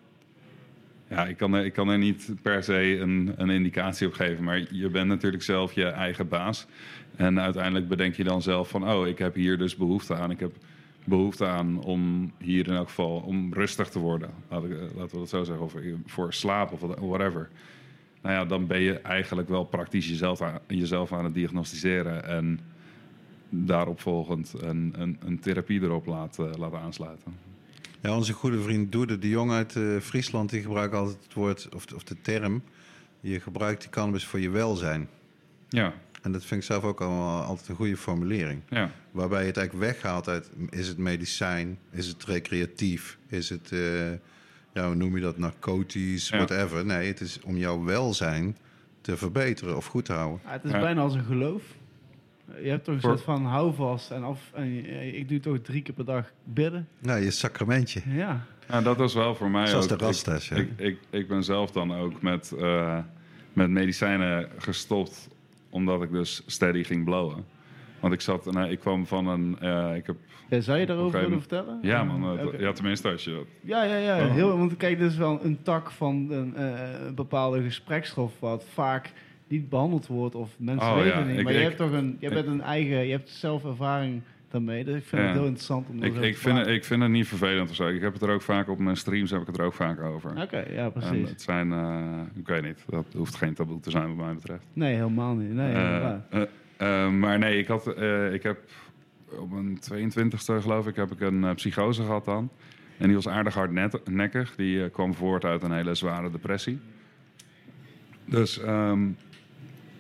Ja, ik kan, er, ik kan er niet per se een, een indicatie op geven. Maar je bent natuurlijk zelf je eigen baas. En uiteindelijk bedenk je dan zelf van... oh, ik heb hier dus behoefte aan. Ik heb behoefte aan om hier in elk geval... om rustig te worden. Laten, laten we dat zo zeggen. Of voor slaap of whatever. Nou ja, dan ben je eigenlijk wel praktisch jezelf aan, jezelf aan het diagnosticeren. En daaropvolgend een, een, een therapie erop laten, laten aansluiten. Ja, onze goede vriend Doede de Jong uit uh, Friesland... die gebruikt altijd het woord, of, of de term... je gebruikt die cannabis voor je welzijn. Ja. En dat vind ik zelf ook al, altijd een goede formulering. Ja. Waarbij je het eigenlijk weghaalt uit... is het medicijn, is het recreatief... is het, uh, ja, hoe noem je dat, narcotisch, ja. whatever. Nee, het is om jouw welzijn te verbeteren of goed te houden. Ja, het is ja. bijna als een geloof. Je hebt toch een soort van houvast en, af, en ik doe toch drie keer per dag bidden. Nou, je sacramentje. Ja. Ja, dat was wel voor mij Zoals ook. de rastas, ja. Ik, ik, ik ben zelf dan ook met, uh, met medicijnen gestopt, omdat ik dus steady ging blowen. Want ik zat, nou, ik kwam van een, uh, ik heb... Ja, zou je daarover willen vertellen? Ja, man. Uh, okay. Ja, tenminste als je dat... Ja, ja, ja. Oh. Heel, want kijk, dit is wel een tak van een, uh, een bepaalde gespreksstof wat vaak niet behandeld wordt of mensen oh, weten ja. het niet. Ik, maar je ik, hebt toch een, je ik, hebt een eigen, je hebt zelf ervaring daarmee. Dus ik vind ja. het heel interessant om dat ik, ik, vind het, ik vind het niet vervelend of zo. Ik heb het er ook vaak op mijn streams heb ik het er ook vaak over. Oké, okay, ja, precies. En het zijn, uh, ik weet niet, dat hoeft geen taboe te zijn wat mij betreft. Nee, helemaal niet. Nee, uh, uh, uh, maar nee, ik had, uh, ik heb op mijn tweeëntwintigste geloof ik, heb ik een uh, psychose gehad dan. En die was aardig hardnekkig. Die uh, kwam voort uit een hele zware depressie. Dus um,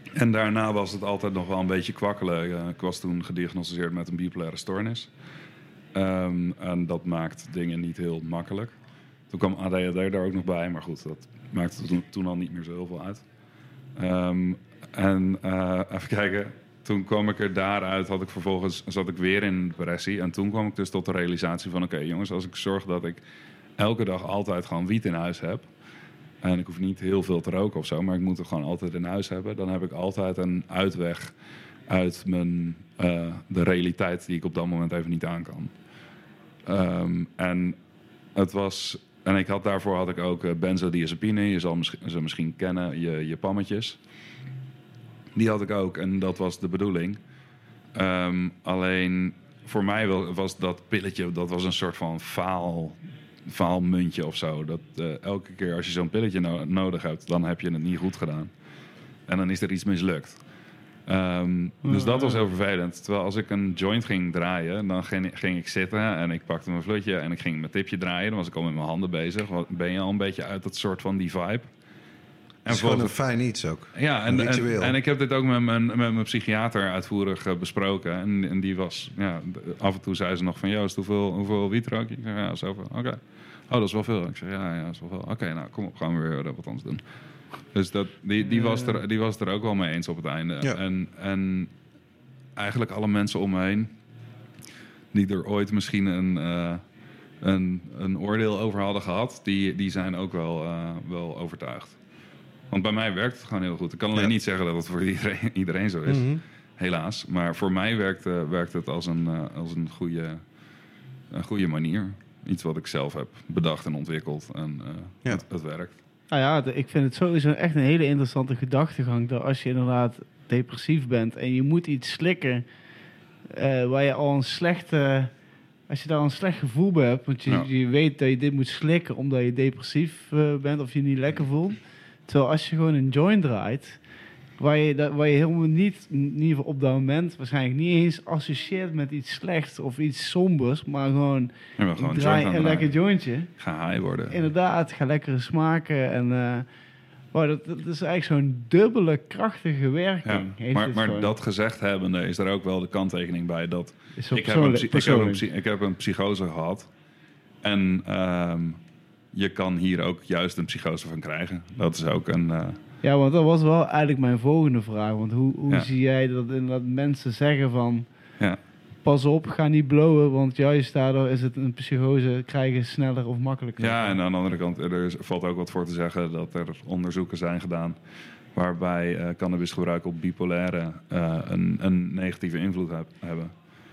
En daarna was het altijd nog wel een beetje kwakkelen. Uh, ik was toen gediagnosticeerd met een bipolaire stoornis. Um, en dat maakt dingen niet heel makkelijk. Toen kwam A D H D daar ook nog bij. Maar goed, dat maakte toen, toen al niet meer zo heel veel uit. Um, en uh, even kijken. Toen kwam ik er daaruit, had ik vervolgens, zat ik weer in depressie. En toen kwam ik dus tot de realisatie van... oké okay, jongens, als ik zorg dat ik elke dag altijd gewoon wiet in huis heb... en ik hoef niet heel veel te roken of zo... maar ik moet het gewoon altijd in huis hebben... dan heb ik altijd een uitweg uit mijn, uh, de realiteit... die ik op dat moment even niet aan kan. Um, en het was... En ik had, daarvoor had ik ook uh, benzodiazepine. Je zal misschien, ze misschien kennen, je, je pammetjes... Die had ik ook en dat was de bedoeling. Um, alleen voor mij was dat pilletje, dat was een soort van faal, faalmuntje of zo. Dat uh, elke keer als je zo'n pilletje no- nodig hebt, dan heb je het niet goed gedaan. En dan is er iets mislukt. Um, dus dat was heel vervelend. Terwijl als ik een joint ging draaien, dan ging, ging ik zitten en ik pakte mijn flutje en ik ging mijn tipje draaien. Dan was ik al met mijn handen bezig. Ben je al een beetje uit dat soort van die vibe? Het is gewoon een fijn iets ook. Ja, en, en, en ik heb dit ook met mijn, met mijn psychiater uitvoerig uh, besproken. En, en die was, ja, af en toe zei ze nog van... Joost, hoeveel, hoeveel wiet rook je? Ik zeg, ja, zoveel. Oké. Okay. Oh, dat is wel veel. Ik zeg, ja, ja, dat is wel veel. Oké, okay, nou, kom op, gaan we weer wat anders doen. Dus dat, die, die, was er, die was er ook wel mee eens op het einde. Ja. En, en eigenlijk alle mensen om me heen... die er ooit misschien een... Uh, een, een oordeel over hadden gehad... die, die zijn ook wel, uh, wel overtuigd. Want bij mij werkt het gewoon heel goed. Ik kan alleen ja. niet zeggen dat het voor iedereen, iedereen zo is. Mm-hmm. Helaas. Maar voor mij werkt, uh, werkt het als een, uh, als een, goede, een goede manier. Iets wat ik zelf heb bedacht en ontwikkeld. En uh, ja. het, het werkt. Nou ja, de, ik vind het sowieso echt een hele interessante gedachtegang. Dat als je inderdaad depressief bent en je moet iets slikken... Uh, waar je al een slechte... Als je daar een slecht gevoel bij hebt... want je, ja. je weet dat je dit moet slikken omdat je depressief uh, bent... of je niet lekker voelt... Terwijl als je gewoon een joint draait, waar je, dat, waar je helemaal niet, in ieder geval op dat moment, waarschijnlijk niet eens associeert met iets slechts of iets sombers, maar gewoon, ja, gewoon draai een lekker jointje. Ga high worden. Inderdaad, ga lekkere smaken. En uh, wow, dat, dat is eigenlijk zo'n dubbele krachtige werking. Ja, heeft maar maar gewoon. Dat gezegd hebbende is er ook wel de kanttekening bij dat ik heb, een, ik, heb een, ik heb een psychose gehad. En... Um, je kan hier ook juist een psychose van krijgen. Dat is ook een... Uh... Ja, want dat was wel eigenlijk mijn volgende vraag. Want hoe, hoe ja. zie jij dat inderdaad mensen zeggen van... Ja. Pas op, ga niet blowen, want juist daardoor is het een psychose krijgen sneller of makkelijker. Ja, en aan de andere kant, er valt ook wat voor te zeggen dat er onderzoeken zijn gedaan... waarbij uh, cannabisgebruik op bipolaire uh, een, een negatieve invloed heb, hebben.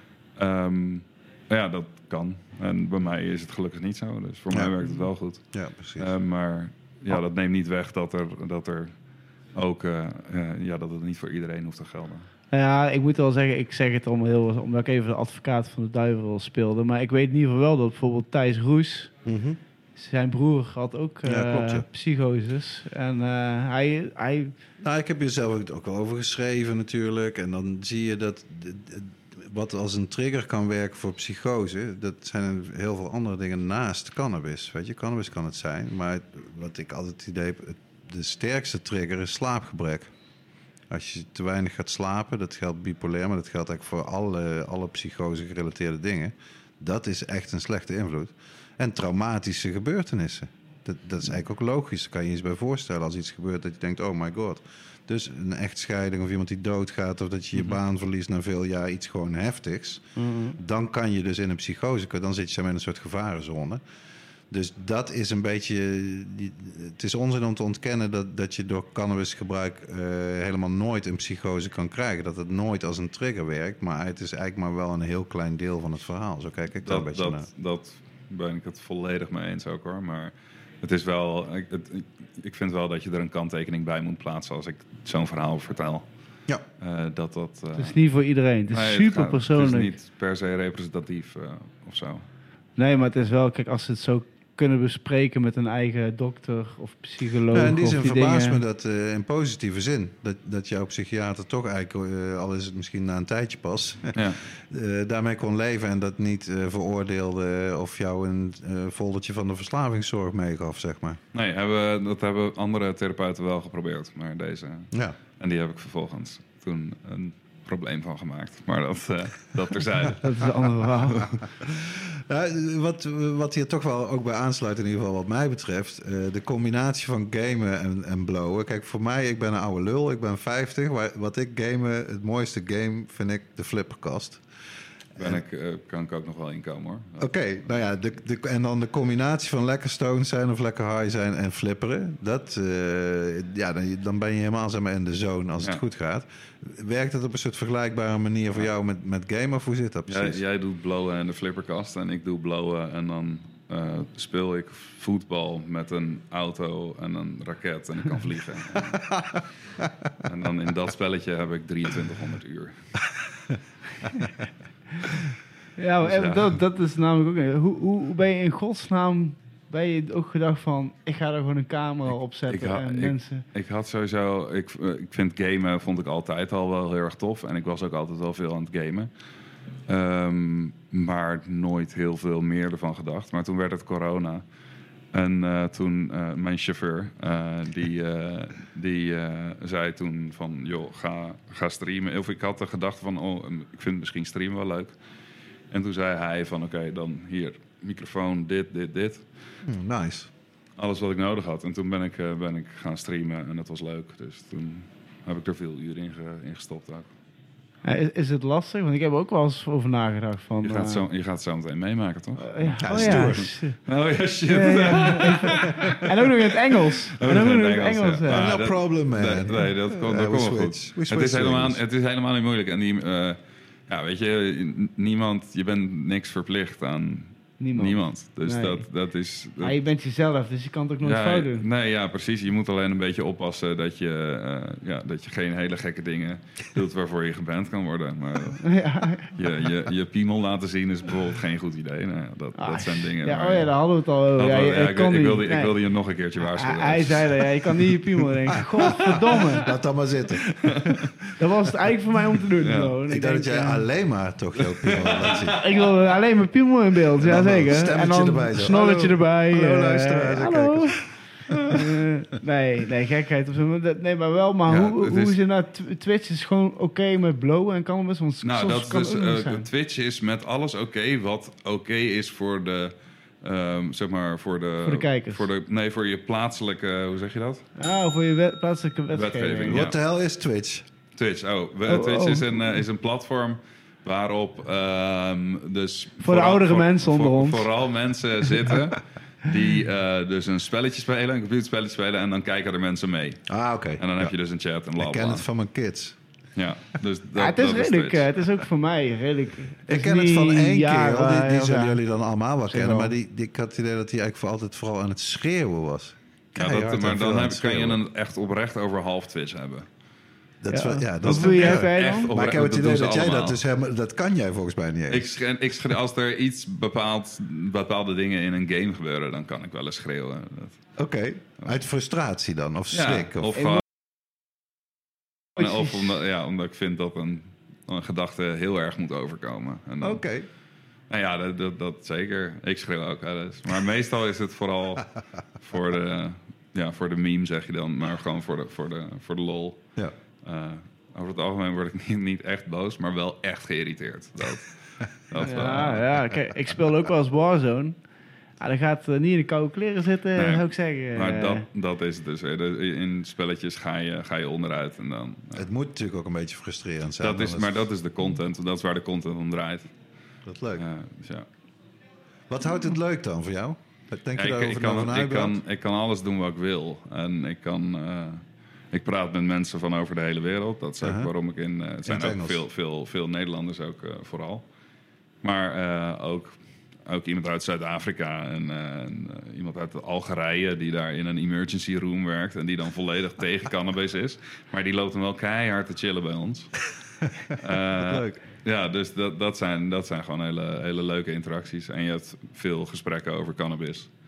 Um, ja, dat kan. En bij mij is het gelukkig niet zo. Dus voor ja. mij werkt het wel goed. Ja, precies. Uh, maar ja, dat neemt niet weg dat er, dat er ook uh, uh, ja, dat het niet voor iedereen hoeft te gelden. Ja, ik moet wel zeggen, ik zeg het allemaal heel, omdat ik even de advocaat van de duivel speelde. Maar ik weet in ieder geval wel dat bijvoorbeeld Thijs Roes, mm-hmm. zijn broer had ook uh, ja, klopt, ja. psychoses. En uh, hij, hij... Nou, ik heb hier zelf ook wel over geschreven natuurlijk. En dan zie je dat... De, de, wat als een trigger kan werken voor psychose, dat zijn heel veel andere dingen naast cannabis. Weet je, cannabis kan het zijn, maar wat ik altijd het idee heb, de sterkste trigger is slaapgebrek. Als je te weinig gaat slapen, dat geldt bipolair, maar dat geldt eigenlijk voor alle, alle psychose-gerelateerde dingen. Dat is echt een slechte invloed. En traumatische gebeurtenissen. Dat, dat is eigenlijk ook logisch. Daar kan je je eens bij voorstellen als iets gebeurt dat je denkt, oh my god. Dus een echtscheiding of iemand die doodgaat... of dat je je mm-hmm. baan verliest na veel jaar, iets gewoon heftigs... Mm-hmm. dan kan je dus in een psychose... dan zit je met een soort gevarenzone. Dus dat is een beetje... Het is onzin om te ontkennen dat, dat je door cannabisgebruik... Uh, helemaal nooit een psychose kan krijgen. Dat het nooit als een trigger werkt. Maar het is eigenlijk maar wel een heel klein deel van het verhaal. Zo kijk ik daar een beetje dat, naar. Dat ben ik het volledig mee eens ook hoor. Maar het is wel... Het, het, ik vind wel dat je er een kanttekening bij moet plaatsen als ik zo'n verhaal vertel. Ja. Uh, dat dat, uh, het is niet voor iedereen. Het is nee, super het gaat, persoonlijk. Het is niet per se representatief uh, of zo. Nee, maar het is wel... Kijk, als het zo kunnen bespreken met een eigen dokter of psycholoog. Ja, in die of zin die verbaast dingen. me dat uh, in positieve zin. Dat, dat jouw psychiater toch eigenlijk, uh, al is het misschien na een tijdje pas, Ja. uh, daarmee kon leven en dat niet uh, veroordeelde of jou een uh, foldertje van de verslavingszorg meegaf, zeg maar. Nee, hebben, dat hebben andere therapeuten wel geprobeerd. Maar deze... Ja. En die heb ik vervolgens toen een probleem van gemaakt. Maar dat, uh, dat terzijde. Dat is een ander verhaal. Ja, wat, wat hier toch wel ook bij aansluit, in ieder geval wat mij betreft, uh, de combinatie van gamen en, en blowen. Kijk, voor mij, ik ben een oude lul, ik ben vijftig. Waar, wat ik gamen, het mooiste game vind ik de flipperkast. Ben ik, uh, kan ik ook nog wel inkomen hoor. Oké, okay, nou ja, de, de, en dan de combinatie van lekker stoned zijn of lekker high zijn en flipperen. Dat, uh, ja, dan, dan ben je helemaal zeg maar, in de zone als ja. het goed gaat. Werkt het op een soort vergelijkbare manier voor jou met, met game of hoe zit dat precies? Jij, jij doet blowen en de flipperkast en ik doe blowen en dan uh, speel ik voetbal met een auto en een raket en ik kan vliegen. en, en dan in dat spelletje heb ik drieëntwintighonderd uur. Ja, maar Dus ja. Dat, dat is namelijk ook... Hoe, hoe ben je in godsnaam... Ben je ook gedacht van... Ik ga er gewoon een camera op zetten ik, ha, en ik, mensen... Ik had sowieso... Ik, ik vind gamen vond ik altijd al wel heel erg tof. En ik was ook altijd wel veel aan het gamen. Um, maar nooit heel veel meer ervan gedacht. Maar toen werd het corona. En uh, toen uh, mijn chauffeur... Uh, die, uh, die uh, zei toen van... Joh, ga, ga streamen. Of ik had de gedachte van... Oh, ik vind misschien streamen wel leuk. En toen zei hij van... Oké, okay, dan hier... Microfoon, dit, dit, dit. Mm, nice. Alles wat ik nodig had. En toen ben ik, uh, ben ik gaan streamen en dat was leuk. Dus toen heb ik er veel uren in, ge, in gestopt ook. Ja, is, is het lastig? Want ik heb er ook wel eens over nagedacht. Van, je, gaat uh, zo, je gaat het zo meteen meemaken, toch? Uh, ja. Ja, oh, ja. Shit. Oh ja, shit. Ja, ja. En ook nog in het Engels. Ook en ook nog in het Engels, Engels. ja. Ja. Ah, no dat, problem, man. Nee, nee dat komt uh, dat komt wel goed. Het is, helemaal, het is helemaal niet moeilijk. En die, uh, ja, weet je, niemand, je bent niks verplicht aan... Niemand. Niemand. Dus nee. dat, dat is... Dat... Ja, je bent jezelf, dus je kan het ook nooit ja, fout doen. Nee, ja, precies. Je moet alleen een beetje oppassen dat je, uh, ja, dat je geen hele gekke dingen doet waarvoor je geband kan worden. Maar ja. je, je, je piemel laten zien is bijvoorbeeld geen goed idee. Nou, dat, ah, dat zijn dingen... Ja, waar oh ja, je, daar hadden we het al over. Ja, je, ja, je ik, kan ik, niet, wilde, nee. ik wilde je nog een keertje waarschuwen. Hij, hij zei dat, ja, je kan niet je piemel denken. Godverdomme. Laat dat maar zitten. Dat was het eigenlijk voor mij om te doen. Ja. Zo. Ik, ik dacht dat jij ja. alleen maar toch jouw piemel laat zien. Ik wilde alleen mijn piemel in beeld, ja zeker. En dan erbij, snorretje erbij. Hallo, uh, luisteraars, hallo. Uh, nee, nee, gekheid of zo. Maar dat, nee, maar wel, maar Ja, hoe, het hoe is- is het nou? Tw- Twitch is gewoon oké okay met blowen en cannabis? Want Nou, soms dat kan dus, het ook uh, niet zijn. Twitch is met alles oké okay, wat oké okay is voor de, um, zeg maar, voor de... Voor de kijkers. Voor de, nee, voor je plaatselijke, hoe zeg je dat? Ah, voor je wet, plaatselijke wetgeving. Wetgeving, Wat de hel is Twitch? Twitch, oh. we- Oh, Twitch oh. Is, een, uh, is een platform waarop um, dus... Voor de vooral- oudere voor- mensen onder voor- ons. Vooral mensen zitten die uh, dus een spelletje spelen, een computerspelletje spelen... en dan kijken er mensen mee. Ah, oké. En dan heb Ja. je dus een chat en bla Ik ken bla. het van mijn kids. Ja, dus dat, Ja, het is dat redelijk, Twitch. eh, het is ook voor mij redelijk... Ik ken het van één kerel, die, die zullen ja. jullie dan allemaal wel Zeg kennen. wel. Maar die, die, ik had het idee dat hij eigenlijk voor altijd vooral aan het schreeuwen was. Ja, Keihard dat, maar en veel dan aan heb, het kan je schreeuwen. een echt oprecht over half Twitch hebben. Dat is Ja. wel, ja, dat Wat is wil je ja. hebben jij Echt dan? oprecht, Maar ik heb het dat idee doen ze dat jij allemaal. dat dus helemaal... Dat kan jij volgens mij niet eens. Ik schreeuw, ik schreeuw, als er iets bepaald, bepaalde dingen in een game gebeuren, dan kan ik wel eens schreeuwen. Dat, Oké. Uit frustratie dan? Of ja, schrik? of... of, Emo- gewoon- of omdat, ja, omdat ik vind dat een, een gedachte heel erg moet overkomen. En dan, Oké. Nou ja, dat, dat, dat zeker. Ik schreeuw ook wel eens. Maar meestal is het vooral voor de, ja, voor de meme, zeg je dan. Maar gewoon voor de, voor de, voor de lol. Ja. Uh, over het algemeen word ik niet, niet echt boos, maar wel echt geïrriteerd. Dat, dat wel. Ja, ja, kijk, ik speel ook wel eens Warzone. Ja, dan gaat het niet in de koude kleren zitten, Nee, zou ik zeggen. Maar dat, dat is het dus. Hè. De- In spelletjes ga je, ga je onderuit. En dan, ja. Het moet natuurlijk ook een beetje frustrerend zijn. dat is, anders- maar dat is de content. Dat is waar de content om draait. Dat is leuk. Ja, dus ja. Wat houdt het leuk dan voor jou? Denk je Ja, ik, daarover ik, kan, over ik, nagedacht? kan, ik kan alles doen wat ik wil. En ik kan... Uh, ik praat met mensen van over de hele wereld. Dat is ook Uh-huh. waarom ik in... Uh, het zijn het ook Engels. veel, veel, veel Nederlanders ook uh, vooral. Maar uh, ook, ook iemand uit Zuid-Afrika en, uh, en uh, iemand uit Algerije... die daar in een emergency room werkt... en die dan volledig tegen cannabis is. Maar die loopt dan wel keihard te chillen bij ons. Uh, Leuk. Ja, dus dat, dat, zijn, dat zijn gewoon hele, hele leuke interacties. En je hebt veel gesprekken over cannabis.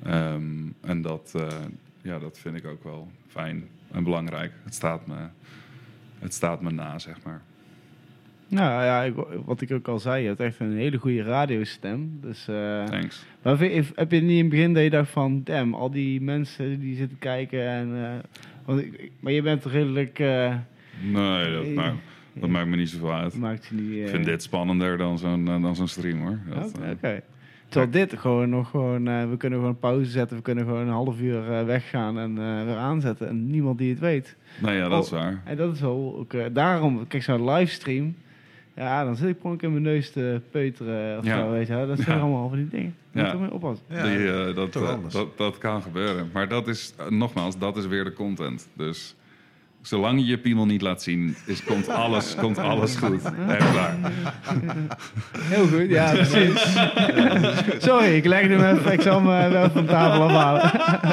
Um, en dat, uh, ja, dat vind ik ook wel fijn en belangrijk. Het staat me, het staat me na, zeg maar. Nou ja, ik, wat ik ook al zei, je hebt echt een hele goede radiostem. Dus, uh, Thanks. Maar heb je niet in het begin dat je dacht van, damn, al die mensen die zitten kijken en... Uh, want ik, maar je bent redelijk... Uh, nee, dat, uh, maakt, dat uh, maakt me niet zoveel uit. Maakt je niet, uh, ik vind dit spannender dan zo'n, uh, dan zo'n stream, hoor. Oké. Okay, uh, okay. Terwijl dit gewoon nog gewoon... Uh, we kunnen gewoon pauze zetten, we kunnen gewoon een half uur uh, weggaan en uh, weer aanzetten. En niemand die het weet. Nou ja, dat oh, is waar. En dat is wel ook... Uh, daarom, kijk, zo'n livestream... Ja, dan zit ik gewoon in mijn neus te peuteren of ja. zo, weet je. Dat zijn ja. allemaal van die dingen. Moet ja. er oppassen. Ja, die, uh, dat, uh, dat, dat kan gebeuren. Maar dat is, uh, nogmaals, dat is weer de content. Dus zolang je je piemel niet laat zien, is, komt, alles, komt alles goed. Echt waar. Heel goed, ja, precies. Sorry, ik leg hem even. Ik zal hem wel van tafel afhalen.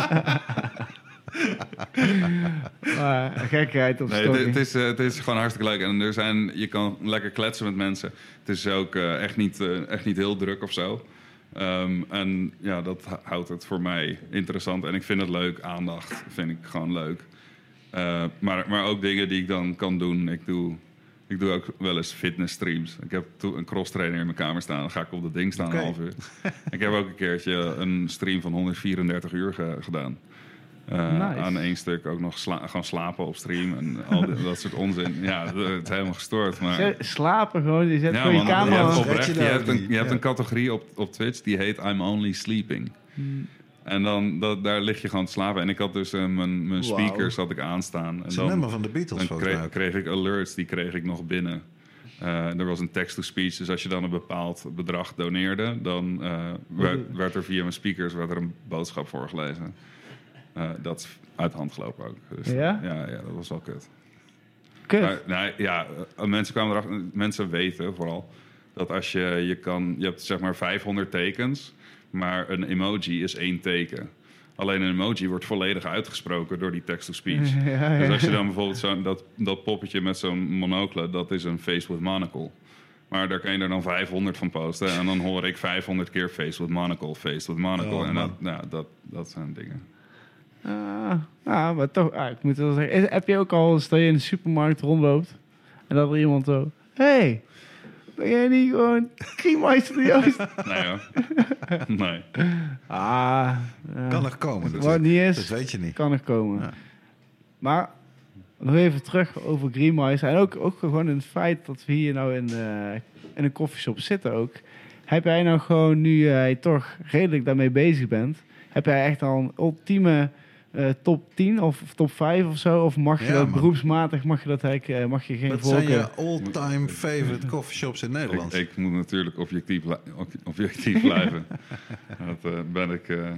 Maar gekheid of nee, het, het, is, uh, het is gewoon hartstikke leuk. En er zijn, je kan lekker kletsen met mensen. Het is ook uh, echt, niet, uh, echt niet heel druk of zo. Um, en ja, dat houdt het voor mij interessant. En ik vind het leuk. Aandacht vind ik gewoon leuk. Uh, maar, maar ook dingen die ik dan kan doen. Ik doe, ik doe ook wel eens fitness streams. Ik heb een cross trainer in mijn kamer staan. Dan ga ik op dat ding staan okay. een half uur. Ik heb ook een keertje een stream van honderdvierendertig uur ge- gedaan. Uh, nice. Aan één stuk ook nog sla- gewoon slapen op stream en al die, dat soort onzin. Ja, het is helemaal gestoord. Maar... Slapen gewoon, je zet ja, gewoon je camera je aan. hebt, oprecht, je hebt, een, je hebt ja. een categorie op, op Twitch die heet I'm Only Sleeping. Hmm. En dan, dat, daar lig je gewoon te slapen. En ik had dus uh, mijn, mijn speakers wow. had ik aanstaan. En dat is een nummer van de Beatles. Dan kreeg, kreeg ik alerts, die kreeg ik nog binnen. Uh, er was een text-to-speech, dus als je dan een bepaald bedrag doneerde, dan uh, werd, werd er via mijn speakers werd er een boodschap voorgelezen. Uh, dat is uit de hand gelopen ook. Dus, ja? Ja, ja, dat was wel kut. Kut? Maar, nee, ja, mensen kwamen erachter, mensen weten vooral dat als je, je kan, je hebt zeg maar vijfhonderd tekens, maar een emoji is één teken. Alleen een emoji wordt volledig uitgesproken door die text-to-speech. Ja, ja. Dus als je dan bijvoorbeeld zo'n, dat, dat poppetje met zo'n monocle, dat is een face with monocle. Maar daar kan je er dan vijfhonderd van posten. En dan hoor ik vijfhonderd keer face with monocle, face with monocle. Oh, en dat, nou, dat, dat zijn dingen. Ah, ah, maar toch, ah, ik moet wel zeggen. Is, heb je ook al eens dat je in de supermarkt rondloopt en dat er iemand zo... Hey, ben jij niet gewoon Creammeister Joost? Nee hoor. Nee. Ah. Uh, kan nog komen. Dat, wat niet is, dat weet je niet. Kan nog komen. Ja. Maar nog even terug over Creammeister. En ook, ook gewoon in het feit dat we hier nou in, uh, in een koffieshop zitten ook. Heb jij nou gewoon, nu jij toch redelijk daarmee bezig bent... Heb jij echt al een ultieme uh, top tien of top vijf of zo? Of mag je ja, dat man. beroepsmatig, mag je dat eigenlijk, uh, mag je geen Wat voorkeur? zijn je all-time favorite coffeeshops in Nederland? Ik, ik moet natuurlijk objectief, objectief blijven. dat, uh, ben ik, uh,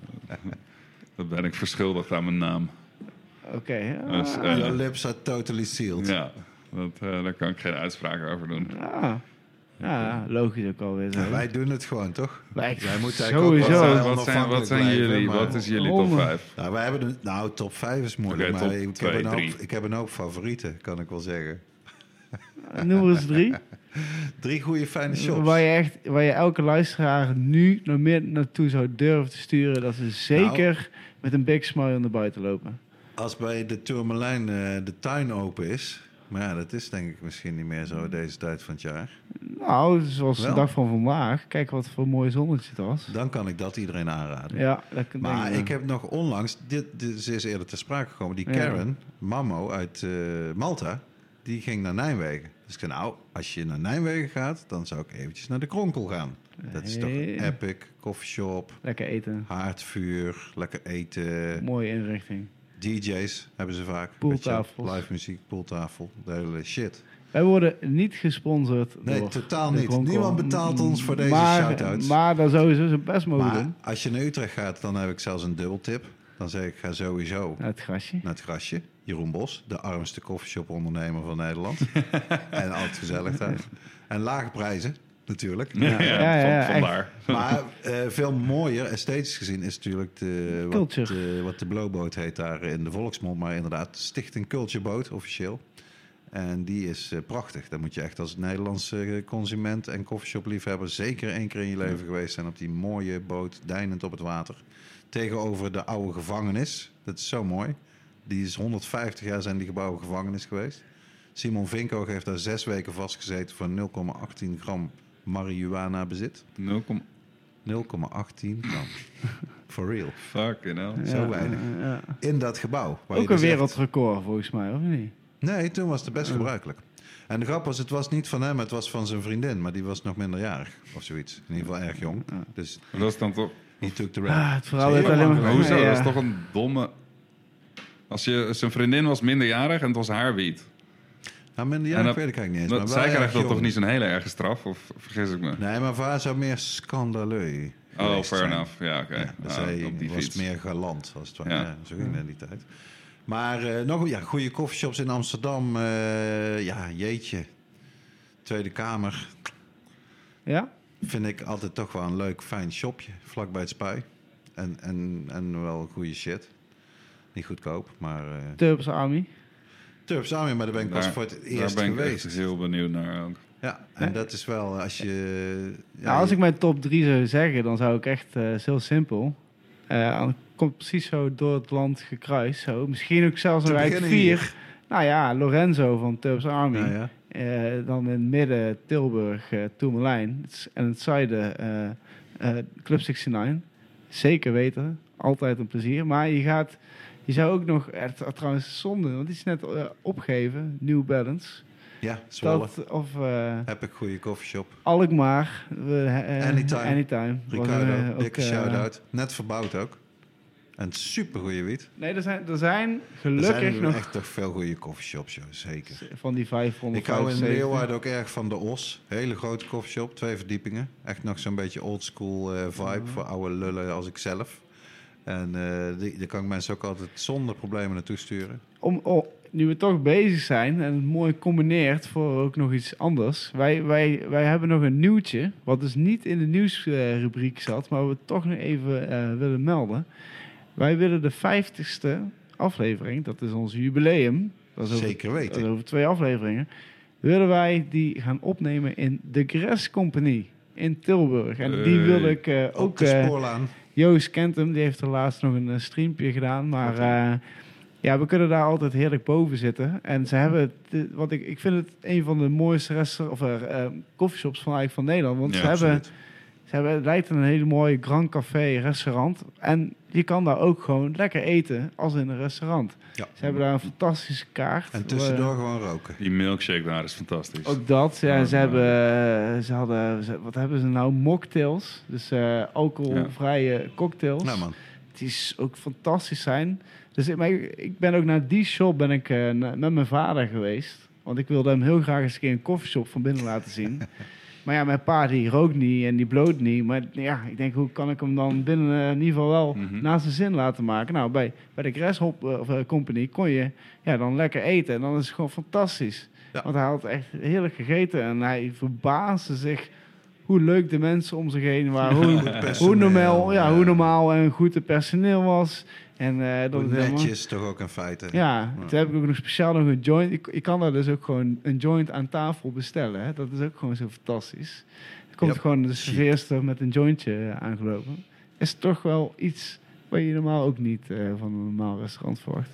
dat ben ik verschuldigd aan mijn naam. Oké. Okay, uh, dus, uh, Your lips are totally sealed. Ja, dat, uh, daar kan ik geen uitspraken over doen. Ah. Ja, logisch ook alweer. Ja, wij doen het gewoon, toch? Wij wij moeten sowieso. Wat zijn, wat zijn, wat zijn blijven, jullie? Maar... Wat is jullie top vijf? Nou, wij hebben een, nou, top vijf is moeilijk, okay, maar ik, twee, heb een hoop, ik heb een hoop favorieten, kan ik wel zeggen. Noem eens drie. Drie goede, fijne shops. Waar je, echt, waar je elke luisteraar nu nog meer naartoe zou durven te sturen, dat ze zeker nou, met een big smile naar buiten lopen. Als bij de Tourmalijn uh, de tuin open is... Maar ja, dat is denk ik misschien niet meer zo deze tijd van het jaar. Nou, zoals Wel. de dag van vandaag. Kijk wat voor mooi zonnetje het was. Dan kan ik dat iedereen aanraden. Ja, dat kan maar ik, ik heb nog onlangs... Dit, dit is eerder ter sprake gekomen. Die Karen, ja. Mammo uit uh, Malta... die ging naar Nijmegen. Dus ik zei, nou, als je naar Nijmegen gaat... dan zou ik eventjes naar de Kronkel gaan. Dat is toch een epic coffeeshop. Lekker eten. Haardvuur, lekker eten. Mooie inrichting. D J's hebben ze vaak. Pooltafels. Live muziek, pooltafel, de hele shit. Wij worden niet gesponsord Nee, door totaal niet. Kronkel. Niemand betaalt ons voor deze maar, shout-outs. Maar dan sowieso zijn best mogen maar doen. Als je naar Utrecht gaat, dan heb ik zelfs een dubbeltip. Dan zeg ik, ga sowieso naar het grasje. Naar het grasje. Jeroen Bos, de armste coffeeshop-ondernemer van Nederland. En altijd gezellig daar. En lage prijzen. Natuurlijk. Ja, ja, ja, ja, van, vandaar. Maar uh, veel mooier, esthetisch gezien, is natuurlijk de, wat, uh, wat de Blowboot heet daar in de volksmond. Maar inderdaad, Stichting Culture Boat, officieel. En die is uh, prachtig. Dan moet je echt als Nederlandse consument en coffeeshop-liefhebber zeker één keer in je leven geweest zijn op die mooie boot, deinend op het water. tegenover de oude gevangenis. Dat is zo mooi. Die is honderdvijftig jaar zijn die gebouwen gevangenis geweest. Simon Vinko heeft daar zes weken vastgezeten voor nul komma achttien gram marihuana bezit. nul komma achttien gram. For real. Fucking hell. Zo Ja, weinig. ja, ja. In dat gebouw. waar Ook je een dus echt- wereldrecord volgens mij, of niet? Nee, toen was het best gebruikelijk. En de grap was, het was niet van hem, het was van zijn vriendin. Maar die was nog minderjarig of zoiets. In ieder geval erg jong. Dus Maar dat is dan toch... he took the rap. Ah, het verhaal Zie je werd wel, alleen maar... man. Hoezo? Ja, Dat ja. is toch een domme... Als je, zijn vriendin was minderjarig en het was haar wiet. Nou, minderjarig En dat- weet ik eigenlijk niet eens. Dat, Maar zij wel erg krijgt dat jong. toch niet zo'n hele erge straf? Of vergis ik me? Nee, maar voor haar zou meer scandaleus Oh, geweest fair zijn. enough. Ja, oké. Ja, dus Ah, hij op die was fiets. meer galant, als het ware. Ja. Ja, zo ging het in die tijd. Maar eh, nog ja, goede koffieshops in Amsterdam. eh, ja, jeetje. Tweede Kamer Ja? vind ik altijd toch wel een leuk, fijn shopje. Vlakbij het Spui. En, en, en wel goede shit. Niet goedkoop, maar... eh Turps Army. Turps Army, maar daar ben ik pas Daar- voor het Daar eerst ben ik geweest. echt heel benieuwd naar ook. Ja, en dat is wel als je... Ja, Nou, als je- ik mijn top drie zou zeggen, dan zou ik echt, uh, is heel simpel. Uh, dan komt precies zo door het land gekruist. Zo. Misschien ook zelfs Te nog eigenlijk beginnen vier. Nou ja, Lorenzo van Turps Army. Ja, ja. Uh, dan in het midden Tilburg, uh, Tourmalijn. Het is- En het zuiden uh, uh, Club negenenzestig. Zeker weten. Altijd een plezier. Maar je gaat... Je zou ook nog... Het, trouwens zonde, want die is net uh, opgegeven. New Balance. Ja, Zwolle. Dat, of uh, Heb ik goede koffieshop. Alkmaar. Uh, Anytime. Anytime. Ricardo, Was, uh, dikke ook, uh, shout-out. Net verbouwd ook. En super goede wiet. Nee, er zijn, er zijn Er gelukkig zijn nog echt toch veel goede koffieshops, joh. Zeker. van die vijfhonderd. Ik hou in vijfenzeventig. Leeuwarden ook erg van de Os. Hele grote koffieshop, twee verdiepingen. Echt nog zo'n beetje oldschool uh, vibe Mhm. voor oude lullen als ik zelf. En uh, die, daar kan ik mensen ook altijd zonder problemen naartoe sturen. Om, oh, nu we toch bezig zijn en het mooi combineert voor ook nog iets anders. Wij, wij, wij hebben nog een nieuwtje, wat dus niet in de nieuwsrubriek zat, maar we toch nog even uh, willen melden. Wij willen de vijftigste aflevering, dat is ons jubileum. Dat is over, Zeker weten. Dat is over twee afleveringen. Willen wij die gaan opnemen in de Gres Company in Tilburg. En die Hey. wil ik uh, Op ook... de uh, spoorlaan. Joost kent hem, die heeft er laatst nog een uh, streampje gedaan. Maar uh, ja, we kunnen daar altijd heerlijk boven zitten. En ze hebben, de, wat ik, ik vind het een van de mooiste restaurants of uh, coffeeshops van eigenlijk van Nederland. Want Ja, ze hebben, Absoluut. ze hebben, het lijkt een hele mooie Grand Café restaurant. En je kan daar ook gewoon lekker eten als in een restaurant. Ja. Ze hebben daar een fantastische kaart. En tussendoor gewoon roken. Die milkshake daar is fantastisch. Ook dat. Ja, Ja, ze ja. hebben, uh, ze hadden, ze, wat hebben ze nou? Mocktails. Dus uh, alcoholvrije cocktails. Nou man. Die is ook fantastisch zijn. Dus ik, maar ik, ik ben ook naar die shop ben ik, uh, na- met mijn vader geweest. Want ik wilde hem heel graag eens een keer een koffieshop van binnen laten zien. Maar ja, mijn pa die rookt niet en die bloot niet. Maar ja, ik denk, hoe kan ik hem dan binnen uh, in ieder geval wel Mhm. naar zijn zin laten maken? Nou, bij, bij de Grasshop uh, of, uh, Company kon je ja, dan lekker eten. En dan is het gewoon fantastisch. Ja. Want hij had echt heerlijk gegeten. En hij verbaasde zich hoe leuk de mensen om zich heen waren. Hoe, hoe, personeel, normaal, ja, ja. hoe normaal en goed het personeel was. En uh, dat Hoe het helemaal- netjes toch ook in feite. ja, toen heb ik ook nog speciaal nog een joint. Ik, ik kan daar dus ook gewoon een joint aan tafel bestellen. Hè. Dat is ook gewoon zo fantastisch. Er komt Ja, gewoon de chic. serveerster met een jointje uh, aangelopen. Is toch wel iets wat je normaal ook niet uh, van een normaal restaurant verwacht.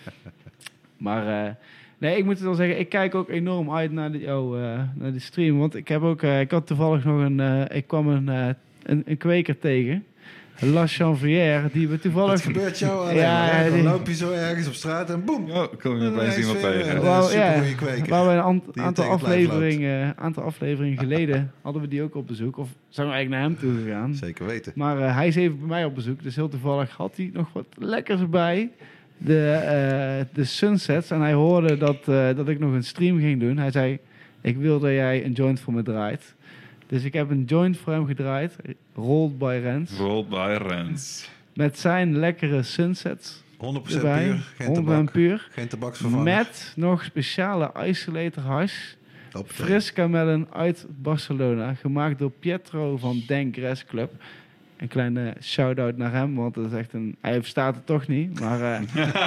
Maar uh, nee, ik moet wel zeggen, ik kijk ook enorm uit naar de, oh, uh, naar de stream. Want ik heb ook, uh, ik had toevallig nog een, uh, ik kwam een, uh, een, een kweker tegen. La Chanvrière, die we toevallig... Wat gebeurt jou alleen Ja, maar, hè? Dan die- loop je zo ergens op straat en boem. Oh, kom je Dan opeens ineens iemand weer tegen. een, Wauw, super ja. goede kweker. Waar we een ant- Die aantal, tegen het lijf afleveringen, aantal afleveringen geleden hadden we die ook op bezoek. Of zijn we eigenlijk naar hem toe gegaan. Zeker weten. Maar uh, hij is even bij mij op bezoek. Dus heel toevallig had hij nog wat lekkers bij. De, uh, de Sunsets. En hij hoorde dat, uh, dat ik nog een stream ging doen. Hij zei, ik wil dat jij een joint voor me draait. Dus ik heb een joint voor hem gedraaid. Rolled by Rens. Rolled by Rens. Met zijn lekkere Sunsets honderd procent erbij. puur, geen honderd procent tabak, puur. geen tabaksvervanger. Met nog speciale isolator hash. Op Frisca melon uit Barcelona, gemaakt door Pietro van Den Gres Club. Een kleine shout-out naar hem, want dat is echt een... Hij verstaat het toch niet, maar... Uh,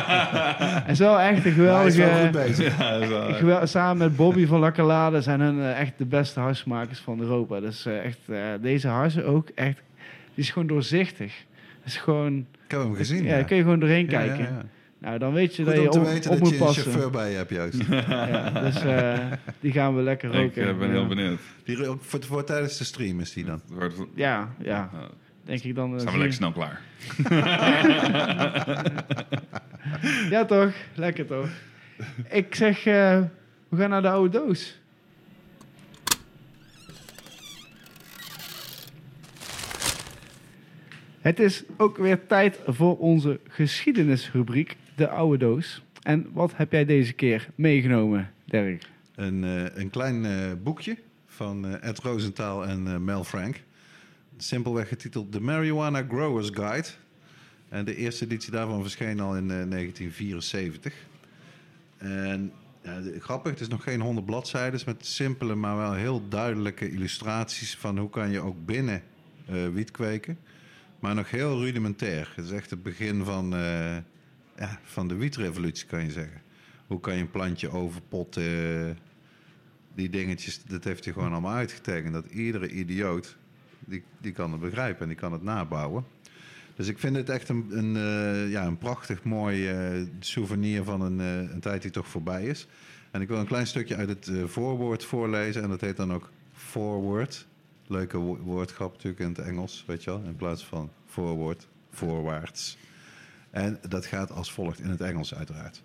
hij is wel echt een Hij is wel goed geweldige... bezig. Ja, dat is wel- gewel- samen met Bobby van La Calade zijn hun uh, echt de beste hashmakers van Europa. Dus uh, echt, uh, deze hash ook echt... Die is gewoon doorzichtig. Het is gewoon... Ik heb hem gezien. Ja, ja. kun je gewoon doorheen Ja, kijken. ja, ja. Nou, dan weet je Goed dat je om te op, weten op dat moet je een passen. chauffeur bij je hebt juist. Ja, dus uh, die gaan we lekker Ik roken. uh, ben ja. heel benieuwd. Die, voor, voor tijdens de stream is die dan. Wordt, Ja, ja. uh, Denk ik dan. Uh, zijn we lekker snel klaar. Ja, toch? Lekker toch? Ik zeg, uh, we gaan naar de oude doos. Het is ook weer tijd voor onze geschiedenisrubriek, de oude doos. En wat heb jij deze keer meegenomen, Dirk? Een, uh, een klein uh, boekje van uh, Ed Rosenthal en uh, Mel Frank. Simpelweg getiteld The Marijuana Growers Guide. En de eerste editie daarvan verscheen al in uh, negentien vierenzeventig. En ja, de, grappig, het is nog geen honderd bladzijden met simpele, maar wel heel duidelijke illustraties van hoe kan je ook binnen uh, wiet kweken. Maar nog heel rudimentair. Het is echt het begin van, uh, ja, van de wietrevolutie, kan je zeggen. Hoe kan je een plantje overpotten? Uh, die dingetjes, dat heeft hij gewoon allemaal uitgetekend. Dat iedere idioot, die, die kan het begrijpen en die kan het nabouwen. Dus ik vind het echt een, een, uh, ja, een prachtig mooi uh, souvenir van een, uh, een tijd die toch voorbij is. En ik wil een klein stukje uit het uh, voorwoord voorlezen. En dat heet dan ook Forward. Leuke wo- woordgrap natuurlijk in het Engels, weet je wel. In plaats van voorwoord, voorwaarts. En dat gaat als volgt in het Engels uiteraard.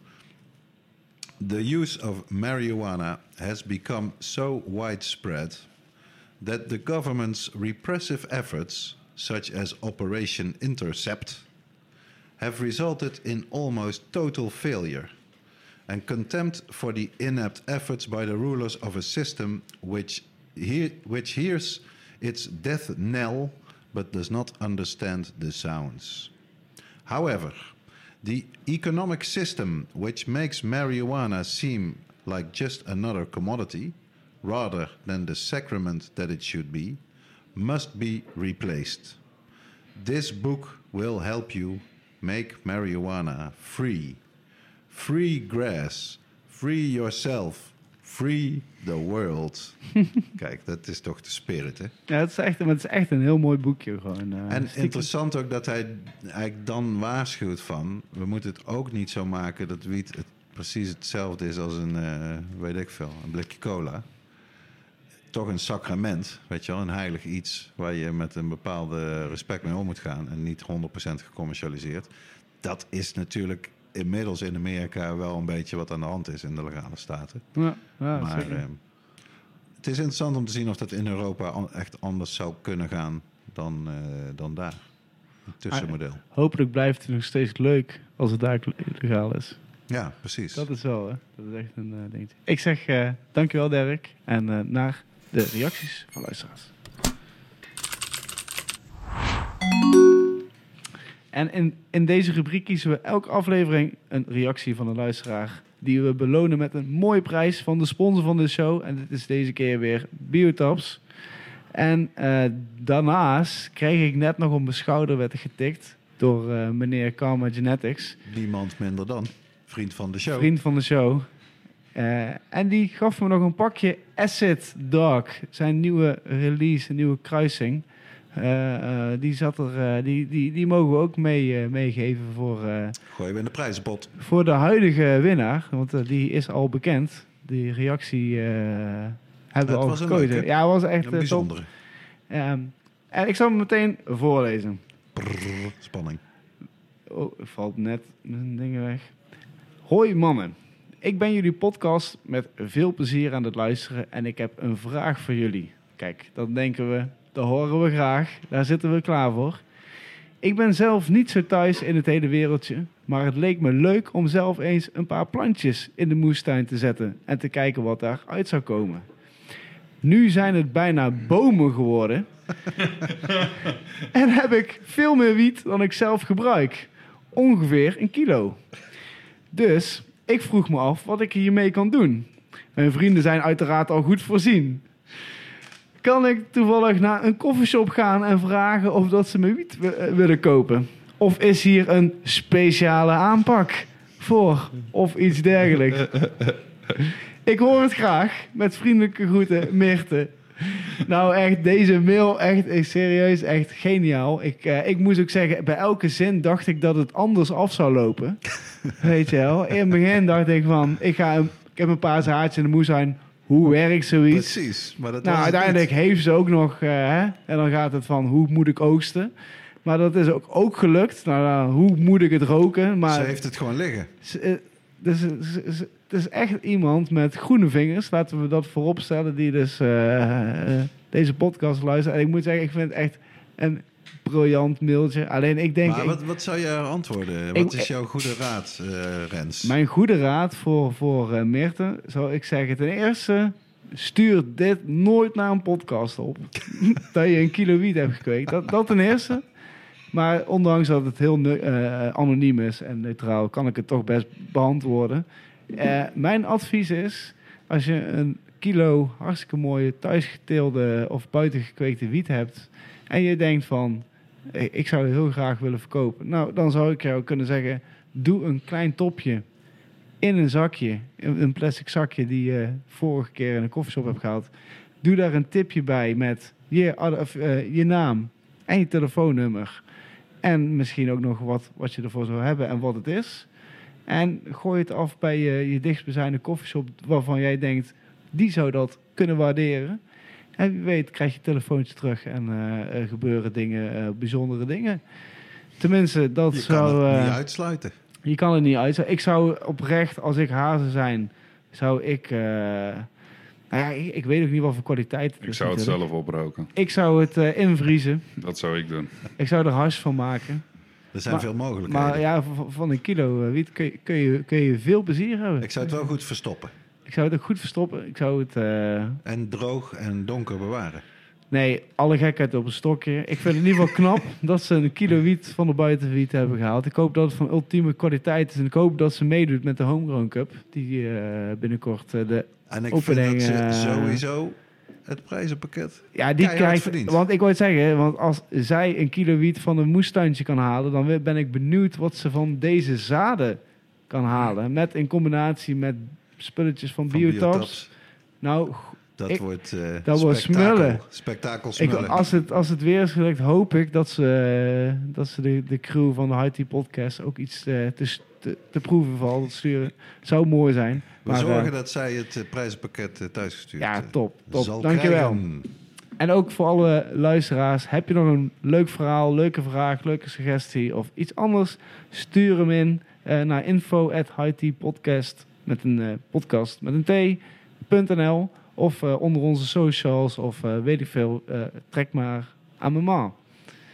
The use of marijuana has become so widespread that the government's repressive efforts, such as Operation Intercept, have resulted in almost total failure and contempt for the inept efforts by the rulers of a system which, he- which hears its death knell but does not understand the sounds. However, the economic system which makes marijuana seem like just another commodity, rather than the sacrament that it should be, must be replaced. This book will help you make marijuana free. Free grass, free yourself, free the world. Kijk, dat is toch de spirit, hè? Ja, het is echt, maar het is echt een heel mooi boekje gewoon. Uh, En stiekem. interessant ook dat hij eigenlijk dan waarschuwt van... we moeten het ook niet zo maken dat wiet het precies hetzelfde is als een, uh, weet ik veel, een blikje cola. Toch een sacrament, weet je wel, een heilig iets... waar je met een bepaalde respect mee om moet gaan... en niet honderd procent gecommercialiseerd. Dat is natuurlijk inmiddels in Amerika wel een beetje wat aan de hand is in de legale staten. Ja, ja, maar zeker. uh, het is interessant om te zien of dat in Europa an- echt anders zou kunnen gaan dan, uh, dan daar. Een tussenmodel. Hopelijk blijft het nog steeds leuk als het daar legaal is. Ja, precies. Dat is wel, hè. Dat is echt een uh, dingetje. Ik zeg uh, dankjewel, Dirk. En uh, naar de reacties van luisteraars. En in, in deze rubriek kiezen we elke aflevering een reactie van een luisteraar... die we belonen met een mooie prijs van de sponsor van de show. En dit is deze keer weer Biotops. En uh, daarnaast kreeg ik net nog op mijn schouder werd getikt... door uh, meneer Karma Genetics. Niemand minder dan vriend van de show. Vriend van de show. Uh, en die gaf me nog een pakje Acid Dog. Zijn nieuwe release, een nieuwe kruising. Uh, uh, die, zat er, uh, die, die, die mogen we ook mee, uh, meegeven voor, uh, Gooien we in de prijzenpot. voor de huidige winnaar. Want uh, die is al bekend. Die reactie uh, hebben we al gekozen. Ja, was echt een uh, bijzondere. Um, en ik zal hem meteen voorlezen. Prrr, spanning. Oh, er valt net mijn dingen weg. Hoi mannen. Ik ben jullie podcast met veel plezier aan het luisteren en ik heb een vraag voor jullie. Kijk, dat denken we, dat horen we graag. Daar zitten we klaar voor. Ik ben zelf niet zo thuis in het hele wereldje, maar het leek me leuk om zelf eens een paar plantjes in de moestuin te zetten en te kijken wat daaruit zou komen. Nu zijn het bijna bomen geworden en heb ik veel meer wiet dan ik zelf gebruik. Ongeveer een kilo. Dus ik vroeg me af wat ik hiermee kan doen. Mijn vrienden zijn uiteraard al goed voorzien. Kan ik toevallig naar een koffieshop gaan en vragen of dat ze mijn wiet w- willen kopen? Of is hier een speciale aanpak voor of iets dergelijks? Ik hoor het graag. Met vriendelijke groeten, Meerte. Nou, echt, deze mail, echt, echt serieus, echt geniaal. Ik, uh, ik moest ook zeggen, bij elke zin dacht ik dat het anders af zou lopen. Weet je wel? In het begin dacht ik van, ik, ga, ik heb een paar zaadjes in de moestuin. Hoe werkt zoiets? Precies. Maar dat nou, was uiteindelijk niet. heeft ze ook nog, uh, hè? En dan gaat het van, hoe moet ik oogsten? Maar dat is ook, ook gelukt. Nou, uh, hoe moet ik het roken? Maar Ze heeft het gewoon liggen. Ze, uh, dus, ze, ze, ze, het is echt iemand met groene vingers. Laten we dat voorop stellen. Die dus uh, uh, deze podcast luistert. En ik moet zeggen, ik vind het echt een briljant mailtje. Alleen ik denk... Maar ik, wat, wat zou je antwoorden? Wat ik, is jouw goede raad, uh, Rens? Mijn goede raad voor, voor uh, Meerte zou ik zeggen... Ten eerste, stuur dit nooit naar een podcast op. Dat je een kilo wiet hebt gekweekt. Dat, dat ten eerste. Maar ondanks dat het heel uh, anoniem is en neutraal... kan ik het toch best beantwoorden. Uh, mijn advies is... als je een kilo hartstikke mooie thuisgeteelde... of buitengekweekte wiet hebt... en je denkt van... ik zou het heel graag willen verkopen. Nou, dan zou ik jou kunnen zeggen... doe een klein topje in een zakje... een plastic zakje die je vorige keer in een koffieshop hebt gehaald. Doe daar een tipje bij met je, of, uh, je naam en je telefoonnummer... En misschien ook nog wat, wat je ervoor zou hebben en wat het is. En gooi het af bij je, je dichtstbijzijnde koffieshop... waarvan jij denkt, die zou dat kunnen waarderen. En wie weet krijg je telefoontje terug en uh, er gebeuren dingen, uh, bijzondere dingen. Tenminste, dat je zou... Je kan het uh, niet uitsluiten. Je kan het niet uitsluiten. Ik zou oprecht, als ik haar zou zijn, zou ik... Uh, Nou ja, ik, ik weet ook niet wat voor kwaliteit het Ik is. zou het natuurlijk. zelf oproken. Ik zou het uh, invriezen. Dat zou ik doen. Ik zou er hash van maken. Er zijn maar, veel mogelijkheden. Maar ja, van, van een kilo uh, wiet kun je, kun, je, kun je veel plezier hebben. Ik zou het wel goed verstoppen. Ik zou het ook goed verstoppen. Ik zou het... Uh... En droog en donker bewaren. Nee, alle gekheid op een stokje. Ik vind het in ieder geval knap dat ze een kilo wiet van de buitenwiet hebben gehaald. Ik hoop dat het van ultieme kwaliteit is. En ik hoop dat ze meedoet met de Homegrown Cup. Die uh, binnenkort uh, de En ik opening... vind dat ze uh, sowieso het prijzenpakket Ja, die krijgt... verdiend. Want ik wou het zeggen, want als zij een kilo wiet van een moestuintje kan halen... dan ben ik benieuwd wat ze van deze zaden kan halen. Met in combinatie met spulletjes van, van Biotabs. Biotabs. Nou... Dat ik, wordt uh, dat wordt smullen. Spektakel Ik, smullen. als, het, als het weer is gelukt, hoop ik dat ze, uh, dat ze de, de crew van de High Tea Podcast ook iets uh, te, te, te proeven valt sturen. Zou mooi zijn. We maar, zorgen uh, dat zij het uh, prijzenpakket uh, thuisgestuurd Ja, top. top. zal Dankjewel. krijgen. En ook voor alle luisteraars. Heb je nog een leuk verhaal, leuke vraag, leuke suggestie of iets anders? Stuur hem in uh, naar info at highteapodcast met een uh, podcast met een t.nl of uh, onder onze socials of uh, weet ik veel. Uh, trek maar aan mijn ma. Oké,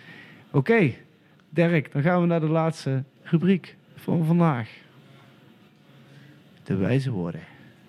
okay, Dirk, dan gaan we naar de laatste rubriek van vandaag. De wijze woorden.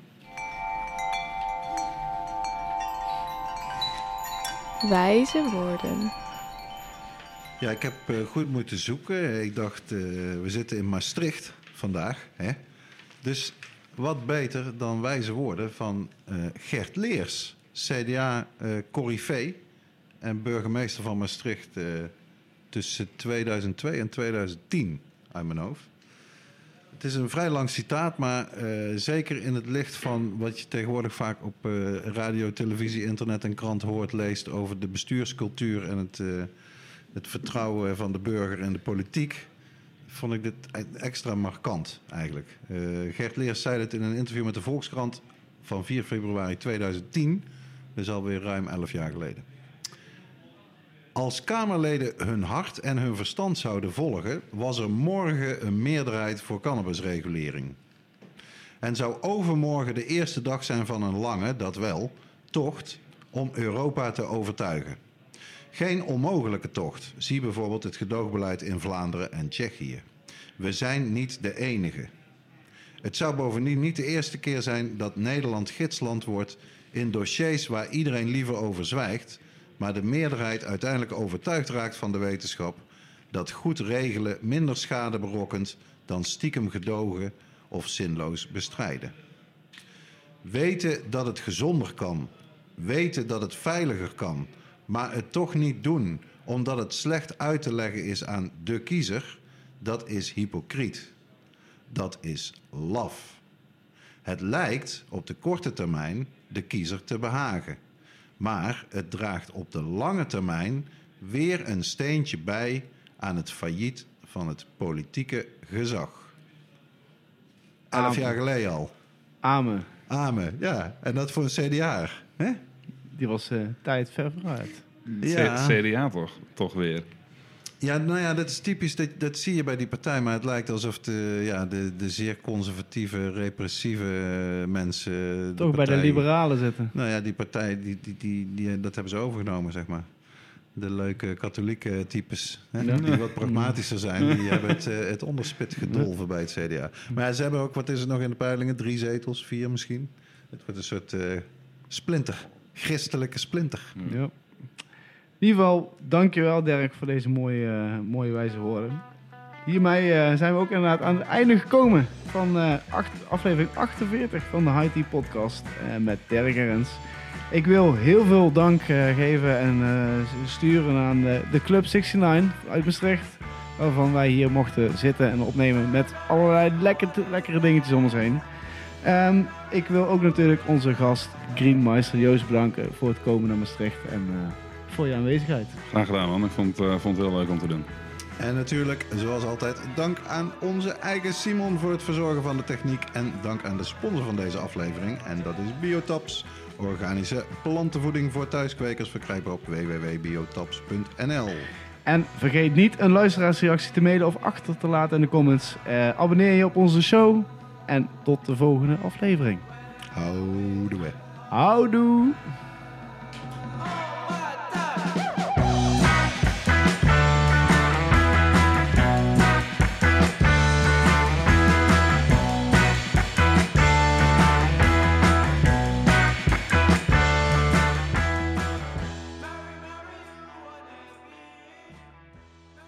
Wijze woorden. Ja, ik heb uh, goed moeten zoeken. Ik dacht, uh, we zitten in Maastricht vandaag. Hè? Dus wat beter dan wijze woorden van uh, Gert Leers, C D A-corrivee uh, en burgemeester van Maastricht uh, tussen tweeduizend twee en tweeduizend tien, uit mijn hoofd. Het is een vrij lang citaat, maar uh, zeker in het licht van wat je tegenwoordig vaak op uh, radio, televisie, internet en krant hoort, leest over de bestuurscultuur en het, uh, het vertrouwen van de burger in de politiek, vond ik dit extra markant eigenlijk. Uh, Gert Leers zei het in een interview met de Volkskrant van vier februari tweeduizend tien, dus alweer ruim elf jaar geleden. Als Kamerleden hun hart en hun verstand zouden volgen, was er morgen een meerderheid voor cannabisregulering. En zou overmorgen de eerste dag zijn van een lange, dat wel, tocht om Europa te overtuigen. Geen onmogelijke tocht. Zie bijvoorbeeld het gedoogbeleid in Vlaanderen en Tsjechië. We zijn niet de enige. Het zou bovendien niet de eerste keer zijn dat Nederland gidsland wordt in dossiers waar iedereen liever over zwijgt, maar de meerderheid uiteindelijk overtuigd raakt van de wetenschap dat goed regelen minder schade berokkent dan stiekem gedogen of zinloos bestrijden. Weten dat het gezonder kan, weten dat het veiliger kan, maar het toch niet doen omdat het slecht uit te leggen is aan de kiezer, dat is hypocriet. Dat is laf. Het lijkt op de korte termijn de kiezer te behagen. Maar het draagt op de lange termijn weer een steentje bij aan het failliet van het politieke gezag. Elf Amen. jaar geleden al. Amen. Amen, ja. En dat voor een C D A'er. Hè? Die was uh, tijd ver vooruit. Ja. C D A toch, toch weer. Ja, nou ja, dat is typisch. Dat, dat zie je bij die partij. Maar het lijkt alsof de, ja, de, de zeer conservatieve, repressieve uh, mensen... De Toch partij, bij de liberalen zitten. Nou ja, die partij, die, die, die, die, dat hebben ze overgenomen, zeg maar. De leuke katholieke types, hè, Ja. die wat pragmatischer zijn, die hebben het, uh, het onderspit gedolven bij het C D A. Maar ja, ze hebben ook, wat is het nog in de peilingen? Drie zetels, vier misschien. Het wordt een soort uh, splinter, christelijke splinter. Ja. In ieder geval, dankjewel Dirk voor deze mooie, uh, mooie wijze woorden. Hiermee uh, zijn we ook inderdaad aan het einde gekomen van uh, acht, aflevering achtenveertig van de High Tea Podcast uh, met Dirk en Rens. Ik wil heel veel dank uh, geven en uh, sturen aan de, de Club negenenzestig uit Maastricht. Waarvan wij hier mochten zitten en opnemen met allerlei lekker, lekkere dingetjes om ons heen. Um, ik wil ook natuurlijk onze gast Greenmeister Joost bedanken voor het komen naar Maastricht en uh, voor je aanwezigheid. Graag gedaan, man. Ik vond, uh, vond het heel leuk om te doen. En natuurlijk, zoals altijd, dank aan onze eigen Simon voor het verzorgen van de techniek. En dank aan de sponsor van deze aflevering. En dat is Biotops. Organische plantenvoeding voor thuiskwekers verkrijgbaar op w w w punt biotops punt n l. En vergeet niet een luisteraarsreactie te mailen of achter te laten in de comments. Uh, abonneer je op onze show. En tot de volgende aflevering. Houdoe. Houdoe.